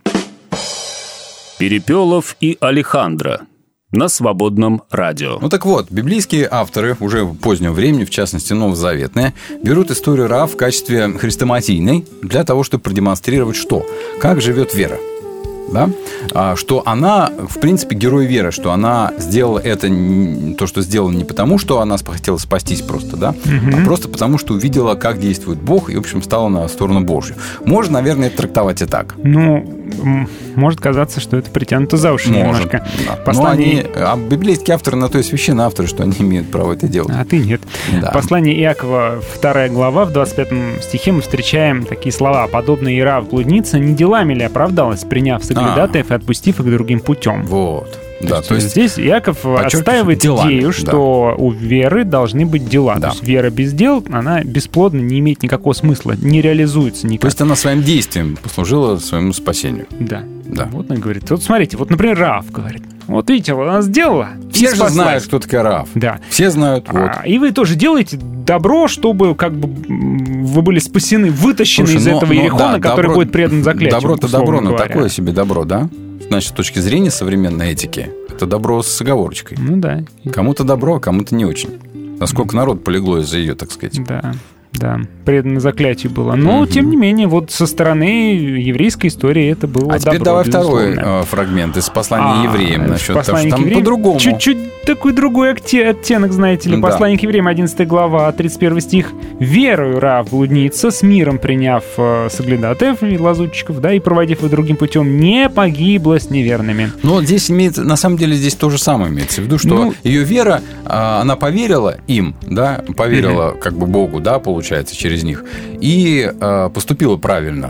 Speaker 4: Перепелов и Алехандро на Свободном радио.
Speaker 5: Ну так вот, библейские авторы уже в позднем времени, в частности новозаветные, берут историю Раав в качестве хрестоматийной для того, чтобы продемонстрировать, что? Как живет вера. Да? Что она, в принципе, герой веры, что она сделала это, то, что сделала не потому, что она хотела спастись просто, да, а просто потому, что увидела, как действует Бог, и, в общем, стала на сторону Божью. Можно, наверное, это трактовать и так.
Speaker 3: Ну, может казаться, что это притянуто за уши немножко.
Speaker 5: Да. Послание... А библейские авторы на то и священные авторы, что они имеют право это делать.
Speaker 3: А ты нет. Да. Послание Иакова, 2 глава, в 25 стихе мы встречаем такие слова. «Подобно Раав блудница, не делами ли оправдалась, приняв соглядатаев и отпустив их другим путем».
Speaker 5: Вот.
Speaker 3: Да, то есть здесь Иаков отстаивает делами, идею, что у веры должны быть дела. Да. То есть вера без дел, она бесплодна, не имеет никакого смысла, не реализуется никак.
Speaker 5: То есть она своим действием послужила своему спасению.
Speaker 3: Да. Вот он говорит. Вот смотрите, вот, например, Раав говорит. Вот видите, вот она сделала.
Speaker 5: Все же знают, кто такая Раав.
Speaker 3: Да.
Speaker 5: Все знают. Вот.
Speaker 3: И вы тоже делаете добро, чтобы как бы вы были спасены, вытащены из этого Иерихона, который будет предан заклятию.
Speaker 5: Добро-то добро, но такое себе добро, да? Значит, с точки зрения современной этики, это добро с оговорочкой.
Speaker 3: Ну да.
Speaker 5: Кому-то добро, а кому-то не очень. Насколько народ полегло из-за ее, так сказать.
Speaker 3: Да, предано заклятию было. Но, тем не менее, вот со стороны еврейской истории это было добро.
Speaker 5: А теперь давай второй фрагмент из послания евреям. Насчет того, что там по-другому.
Speaker 3: Чуть-чуть такой другой оттенок, знаете ли. Послание к евреям, 11 глава, 31 стих. «Верою Раав блудница, с миром приняв соглядатаев и лазутчиков, да, и проводив их другим путем, не погибла с неверными».
Speaker 5: Но здесь на самом деле здесь то же самое имеется в виду, что ее вера, она поверила им, да, поверила как бы Богу, да, получается, через них, и поступила правильно,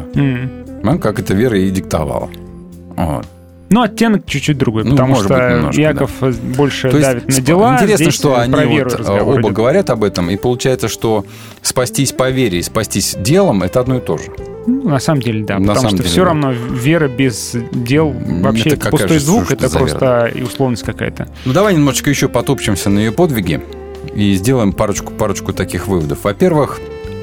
Speaker 5: как эта вера и диктовала. Вот.
Speaker 3: Но оттенок чуть-чуть другой, потому что немножко, Иаков больше давит на дела.
Speaker 5: Интересно, что они оба говорят об этом, и получается, что спастись по вере и спастись делом – это одно и то же.
Speaker 3: Ну, на самом деле, да. Потому что все равно вера без дел вообще это пустой звук, это просто и условность какая-то.
Speaker 5: Ну, давай немножечко еще потопчемся на ее подвиги и сделаем парочку таких выводов. Во-первых,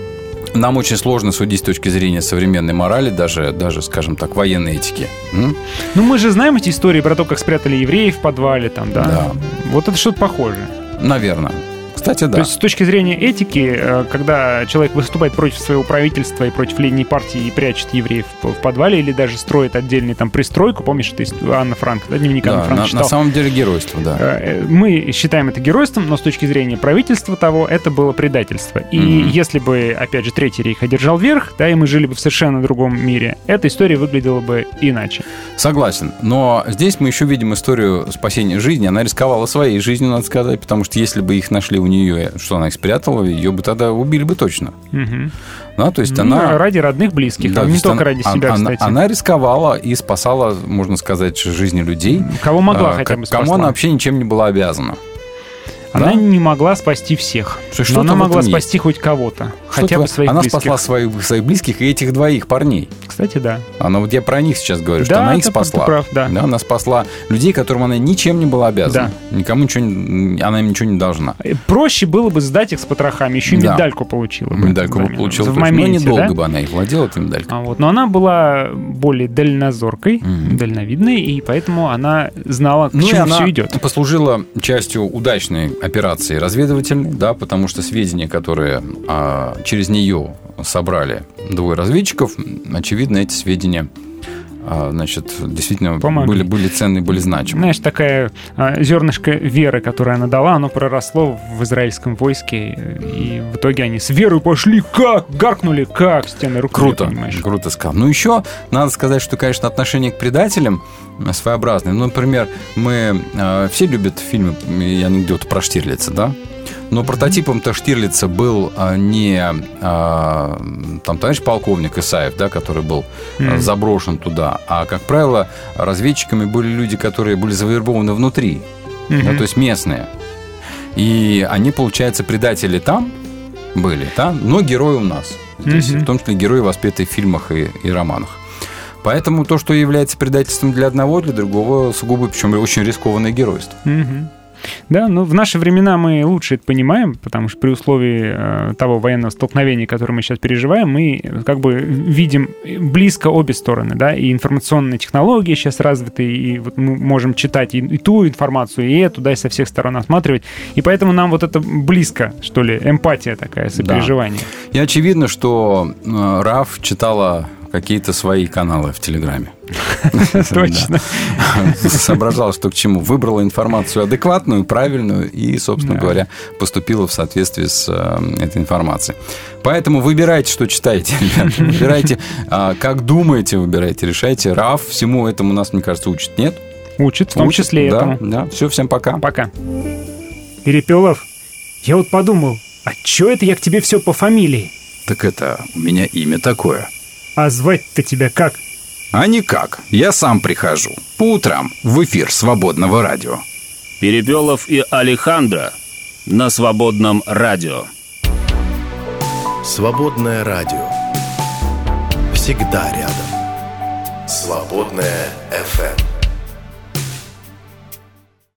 Speaker 5: нам очень сложно судить с точки зрения современной морали, даже, скажем так, военной этики.
Speaker 3: Ну, мы же знаем эти истории про то, как спрятали евреев в подвале, там, да? Вот это что-то похожее.
Speaker 5: Наверное. Кстати, да.
Speaker 3: То есть с точки зрения этики, когда человек выступает против своего правительства и против линии партии и прячет евреев в подвале или даже строит отдельный там пристройку, помнишь, это Анна Франк, да, дневник Анны Франк читал?
Speaker 5: На самом деле геройство, да.
Speaker 3: Мы считаем это геройством, но с точки зрения правительства того, это было предательство. И если бы, опять же, Третий рейх одержал верх, да, и мы жили бы в совершенно другом мире, эта история выглядела бы иначе.
Speaker 5: Согласен. Но здесь мы еще видим историю спасения жизни. Она рисковала своей жизнью, надо сказать, потому что если бы их нашли у нее, что она их спрятала, ее бы тогда убили бы точно. Да, то есть она...
Speaker 3: Ради родных, близких, да, не только ради себя, кстати.
Speaker 5: Она рисковала и спасала, можно сказать, жизни людей.
Speaker 3: Кого могла хотя бы спасла.
Speaker 5: Кому она вообще ничем не была обязана.
Speaker 3: Она не могла спасти всех, но она могла спасти хоть кого-то, хотя бы своих близких.
Speaker 5: Она спасла своих близких и этих двоих парней.
Speaker 3: Кстати, да.
Speaker 5: Вот я про них сейчас говорю, что она их спасла.
Speaker 3: Ты прав, да.
Speaker 5: Она спасла людей, которым она ничем не была обязана. Да. Никому она им ничего не должна.
Speaker 3: Проще было бы сдать их с потрохами, еще и медальку получила бы.
Speaker 5: Медальку бы получила. Но недолго бы она их владела, эта медалька.
Speaker 3: Но она была более дальнозоркой, дальновидной, и поэтому она знала, к чему все идет.
Speaker 5: Она послужила частью удачной операции разведывательной, да, потому что сведения, которые через нее собрали двое разведчиков, очевидно, эти сведения действительно были ценные, были значимы.
Speaker 3: Знаешь, такая зернышко веры, которое она дала, оно проросло в израильском войске, и в итоге они с верой пошли, гаркнули, стены рухнули.
Speaker 5: Круто сказал. Ну, еще надо сказать, что, конечно, отношение к предателям своеобразное. Ну, например, мы все любят фильмы и анекдоты про Штирлица, да? Но прототипом-то Штирлица был не товарищ полковник Исаев, да, который был заброшен туда, а, как правило, разведчиками были люди, которые были завербованы внутри, да, то есть местные. И они, получается, предатели там были, да, но герои у нас. Здесь, в том числе герои, воспетые в фильмах и романах. Поэтому то, что является предательством для одного, для другого сугубо, причем очень рискованное геройство.
Speaker 3: Да, но в наши времена мы лучше это понимаем, потому что при условии того военного столкновения, которое мы сейчас переживаем, мы как бы видим близко обе стороны, да, и информационные технологии сейчас развиты, и вот мы можем читать и ту информацию, и эту, да, и со всех сторон осматривать, и поэтому нам вот это близко, что ли, эмпатия такая, сопереживание.
Speaker 5: Да. И очевидно, что Раф читала какие-то свои каналы в Телеграме.
Speaker 3: Точно.
Speaker 5: Соображала, что к чему. Выбрала информацию адекватную, правильную и, собственно говоря, поступила в соответствии с этой информацией. Поэтому выбирайте, что читаете, ребята. Выбирайте, как думаете, выбирайте, решайте. Раф всему этому нас, мне кажется, учит, нет?
Speaker 3: Учит, в том числе этому.
Speaker 5: Да. Все, всем пока.
Speaker 3: Пока.
Speaker 17: Перепелов, я вот подумал, а чё это я к тебе все по фамилии?
Speaker 1: Так это у меня имя такое.
Speaker 17: А звать-то тебя как?
Speaker 1: А никак. Я сам прихожу. По утрам в эфир Свободного радио.
Speaker 4: Перепелов и Алехандро на Свободном радио.
Speaker 8: Свободное радио. Всегда рядом. Свободное FM.